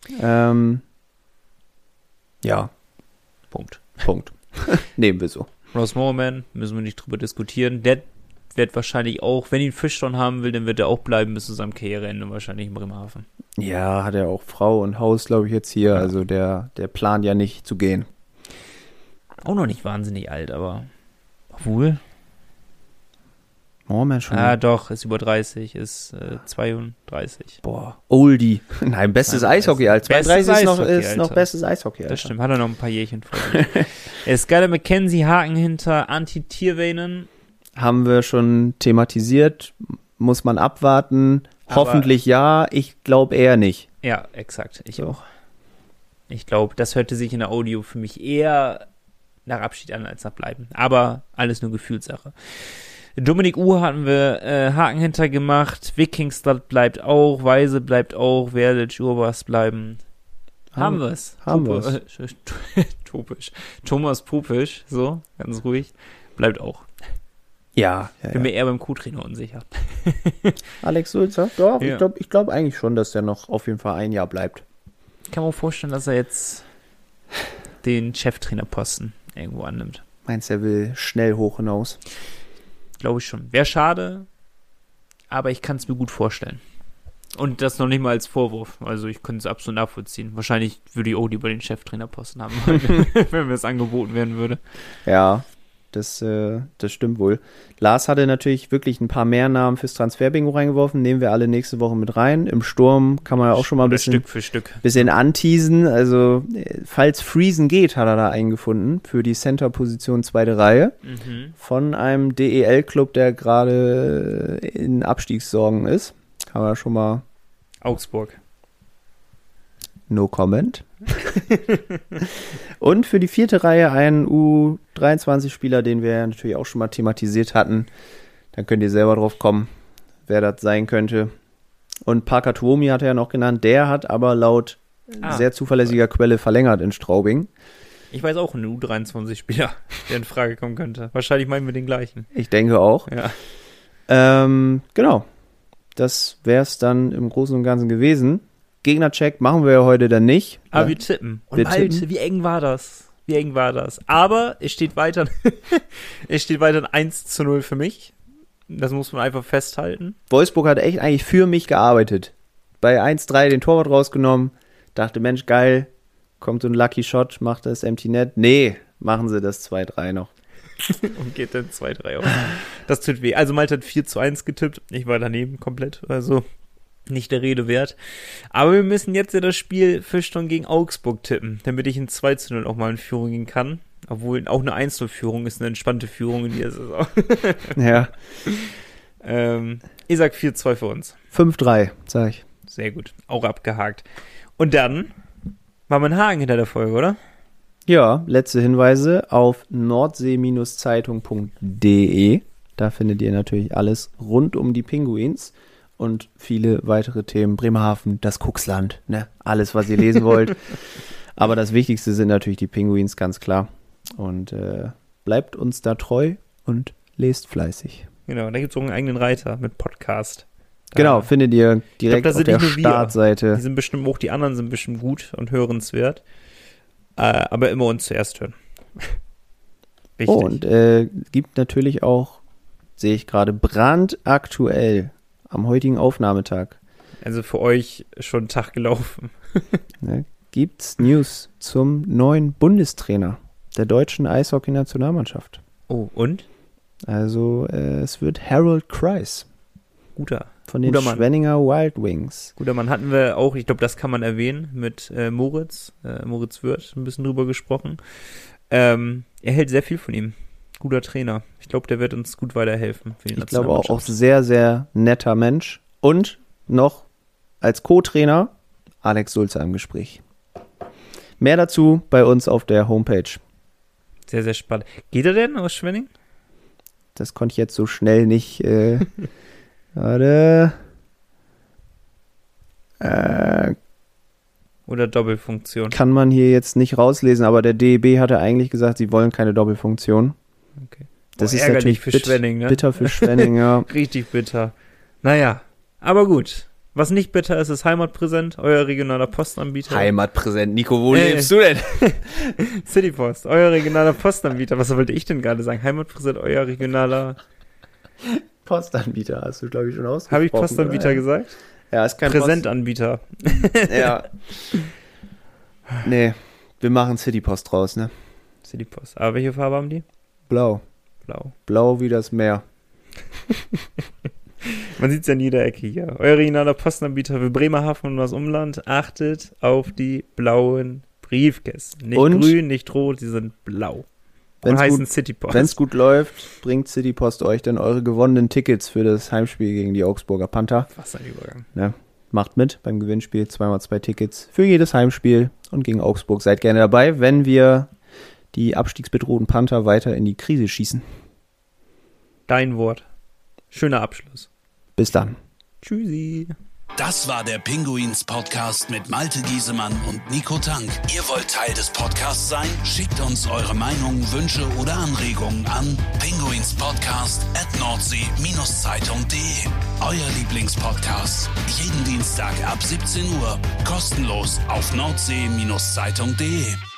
Ja. Punkt. Nehmen wir so. Ross Moorman, müssen wir nicht drüber diskutieren. Der wird wahrscheinlich auch, wenn ihn Fischton haben will, dann wird er auch bleiben bis zu seinem Karriereende, wahrscheinlich in Bremerhaven. Ja, hat er auch Frau und Haus, glaube ich, jetzt hier. Ja. Also der plant ja nicht zu gehen. Auch noch nicht wahnsinnig alt, aber obwohl. Moorman schon. Ah, doch, ist über 30, ist 32. Boah, Oldie. Nein, bestes Eishockey, Alter. 32 ist noch bestes Eishockey, Alter. Das stimmt, hat er noch ein paar Jährchen vor sich. Skyler McKenzie, Haken hinter Anti-Tierveinen. Haben wir schon thematisiert. Muss man abwarten. Aber hoffentlich ja. Ich glaube eher nicht. Ja, exakt. Ich auch. Ich glaube, das hörte sich in der Audio für mich eher nach Abschied an als nach Bleiben. Aber alles nur Gefühlssache. Dominik Uhr hatten wir Haken hinter gemacht. Wikingstad bleibt auch. Weise bleibt auch. Verlic, Urbas bleiben. Haben wir es. Thomas Pupisch, so, ganz ruhig. Bleibt auch. Ja. Bin mir eher beim Co-Trainer unsicher. Alex Sulzer? Doch, ja. Ich glaube eigentlich schon, dass der noch auf jeden Fall ein Jahr bleibt. Ich kann mir auch vorstellen, dass er jetzt den Cheftrainerposten irgendwo annimmt. Meinst du, er will schnell hoch hinaus? Glaube ich schon. Wäre schade, aber ich kann es mir gut vorstellen. Und das noch nicht mal als Vorwurf. Also ich könnte es absolut nachvollziehen. Wahrscheinlich würde ich auch lieber den Cheftrainerposten haben, wenn mir es angeboten werden würde. Ja, das stimmt wohl. Lars hatte natürlich wirklich ein paar mehr Namen fürs Transferbingo reingeworfen. Nehmen wir alle nächste Woche mit rein. Im Sturm kann man ja auch schon mal ein bisschen, Stück für Stück. Bisschen anteasen. Also falls Friesen geht, hat er da eingefunden für die Center-Position 2. Reihe. Von einem DEL-Club, der gerade in Abstiegssorgen ist. Kann man schon mal... Augsburg. No comment. Und für die 4. Reihe einen U23-Spieler, den wir natürlich auch schon mal thematisiert hatten. Dann könnt ihr selber drauf kommen, wer das sein könnte. Und Parker Tuomi hat er ja noch genannt. Der hat aber laut sehr zuverlässiger Quelle verlängert in Straubing. Ich weiß auch einen U23-Spieler, der in Frage kommen könnte. Wahrscheinlich meinen wir den gleichen. Ich denke auch. Ja. Genau. Das wäre es dann im Großen und Ganzen gewesen. Gegnercheck machen wir ja heute dann nicht. Aber wir tippen. Und Malte, wie eng war das? Aber es steht weiter 1-0 für mich. Das muss man einfach festhalten. Wolfsburg hat echt eigentlich für mich gearbeitet. Bei 1-3 den Torwart rausgenommen. Dachte, Mensch, geil. Kommt so ein Lucky Shot, macht das Empty Net. Nee, machen sie das 2-3 noch. Und geht dann 2-3 aus. Das tut weh. Also Malte hat 4-1 getippt. Ich war daneben komplett. Also nicht der Rede wert. Aber wir müssen jetzt ja das Spiel Fischton gegen Augsburg tippen, damit ich in 2-0 auch mal in Führung gehen kann. Obwohl auch eine 1-0-Führung ist eine entspannte Führung in dieser Saison. Ja. Ich sag 4-2 für uns. 5-3, sag ich. Sehr gut. Auch abgehakt. Und dann machen wir einen Haken hinter der Folge, oder? Ja, letzte Hinweise auf nordsee-zeitung.de. Da findet ihr natürlich alles rund um die Pinguins und viele weitere Themen. Bremerhaven, das Kuxland, ne? Alles, was ihr lesen wollt. Aber das Wichtigste sind natürlich die Pinguins, ganz klar. Und bleibt uns da treu und lest fleißig. Genau, da gibt es auch einen eigenen Reiter mit Podcast. Genau, findet ihr direkt auf der Startseite. Die sind bestimmt auch, die anderen sind bestimmt gut und hörenswert. Aber immer uns zuerst hören. Wichtig. Und gibt natürlich auch, sehe ich gerade, brandaktuell am heutigen Aufnahmetag. Also für euch schon Tag gelaufen. Ne, gibt's News zum neuen Bundestrainer der deutschen Eishockey-Nationalmannschaft. Oh, und? Also es wird Harold Kreis Guter. von den Guter Mann. Schwenninger Wild Wings. Guter Mann, hatten wir auch, ich glaube, das kann man erwähnen, mit Moritz Wirth, ein bisschen drüber gesprochen. Er hält sehr viel von ihm. Guter Trainer. Ich glaube, der wird uns gut weiterhelfen. Für die Ich glaube auch Nationalmannschaft. sehr, sehr netter Mensch. Und noch als Co-Trainer Alex Sulzer im Gespräch. Mehr dazu bei uns auf der Homepage. Sehr, sehr spannend. Geht er denn aus Schwenning? Das konnte ich jetzt so schnell nicht. Warte. Oder Doppelfunktion? Kann man hier jetzt nicht rauslesen, aber der DEB hatte eigentlich gesagt, sie wollen keine Doppelfunktion. Okay. Das Boah, ist ärgerlich natürlich für Schwenning, ne? bitter für Schwenning, ja. Richtig bitter. Naja, aber gut. Was nicht bitter ist, ist Heimatpräsent, euer regionaler Postanbieter. Heimatpräsent. Nico, wo lebst du denn? Citypost, euer regionaler Postanbieter. Was wollte ich denn gerade sagen? Heimatpräsent, euer regionaler... Postanbieter hast du, glaube ich, schon ausgesprochen. Habe ich Postanbieter oder? gesagt? Ja, ist kein Präsentanbieter. Ja. Nee, wir machen Citypost draus, ne? Citypost. Aber welche Farbe haben die? Blau. Blau. Blau wie das Meer. Man sieht es ja in jeder Ecke hier. Euer regionaler Postanbieter für Bremerhaven und das Umland. Achtet auf die blauen Briefkästen. Nicht Und? grün, nicht rot, sie sind blau. Und Wenn's heißen gut- Citypost. Wenn es gut läuft, bringt Citypost euch dann eure gewonnenen Tickets für das Heimspiel gegen die Augsburger Panther. Was ein Übergang. Ne? Macht mit beim Gewinnspiel. 2x2 Tickets für jedes Heimspiel. Und gegen Augsburg seid gerne dabei, wenn wir die abstiegsbedrohten Panther weiter in die Krise schießen. Dein Wort. Schöner Abschluss. Bis dann. Tschüssi. Das war der Pinguins Podcast mit Malte Giesemann und Nico Tank. Ihr wollt Teil des Podcasts sein? Schickt uns eure Meinungen, Wünsche oder Anregungen an pinguinspodcast@nordsee-zeitung.de. Euer Lieblingspodcast. Jeden Dienstag ab 17 Uhr. Kostenlos auf nordsee-zeitung.de.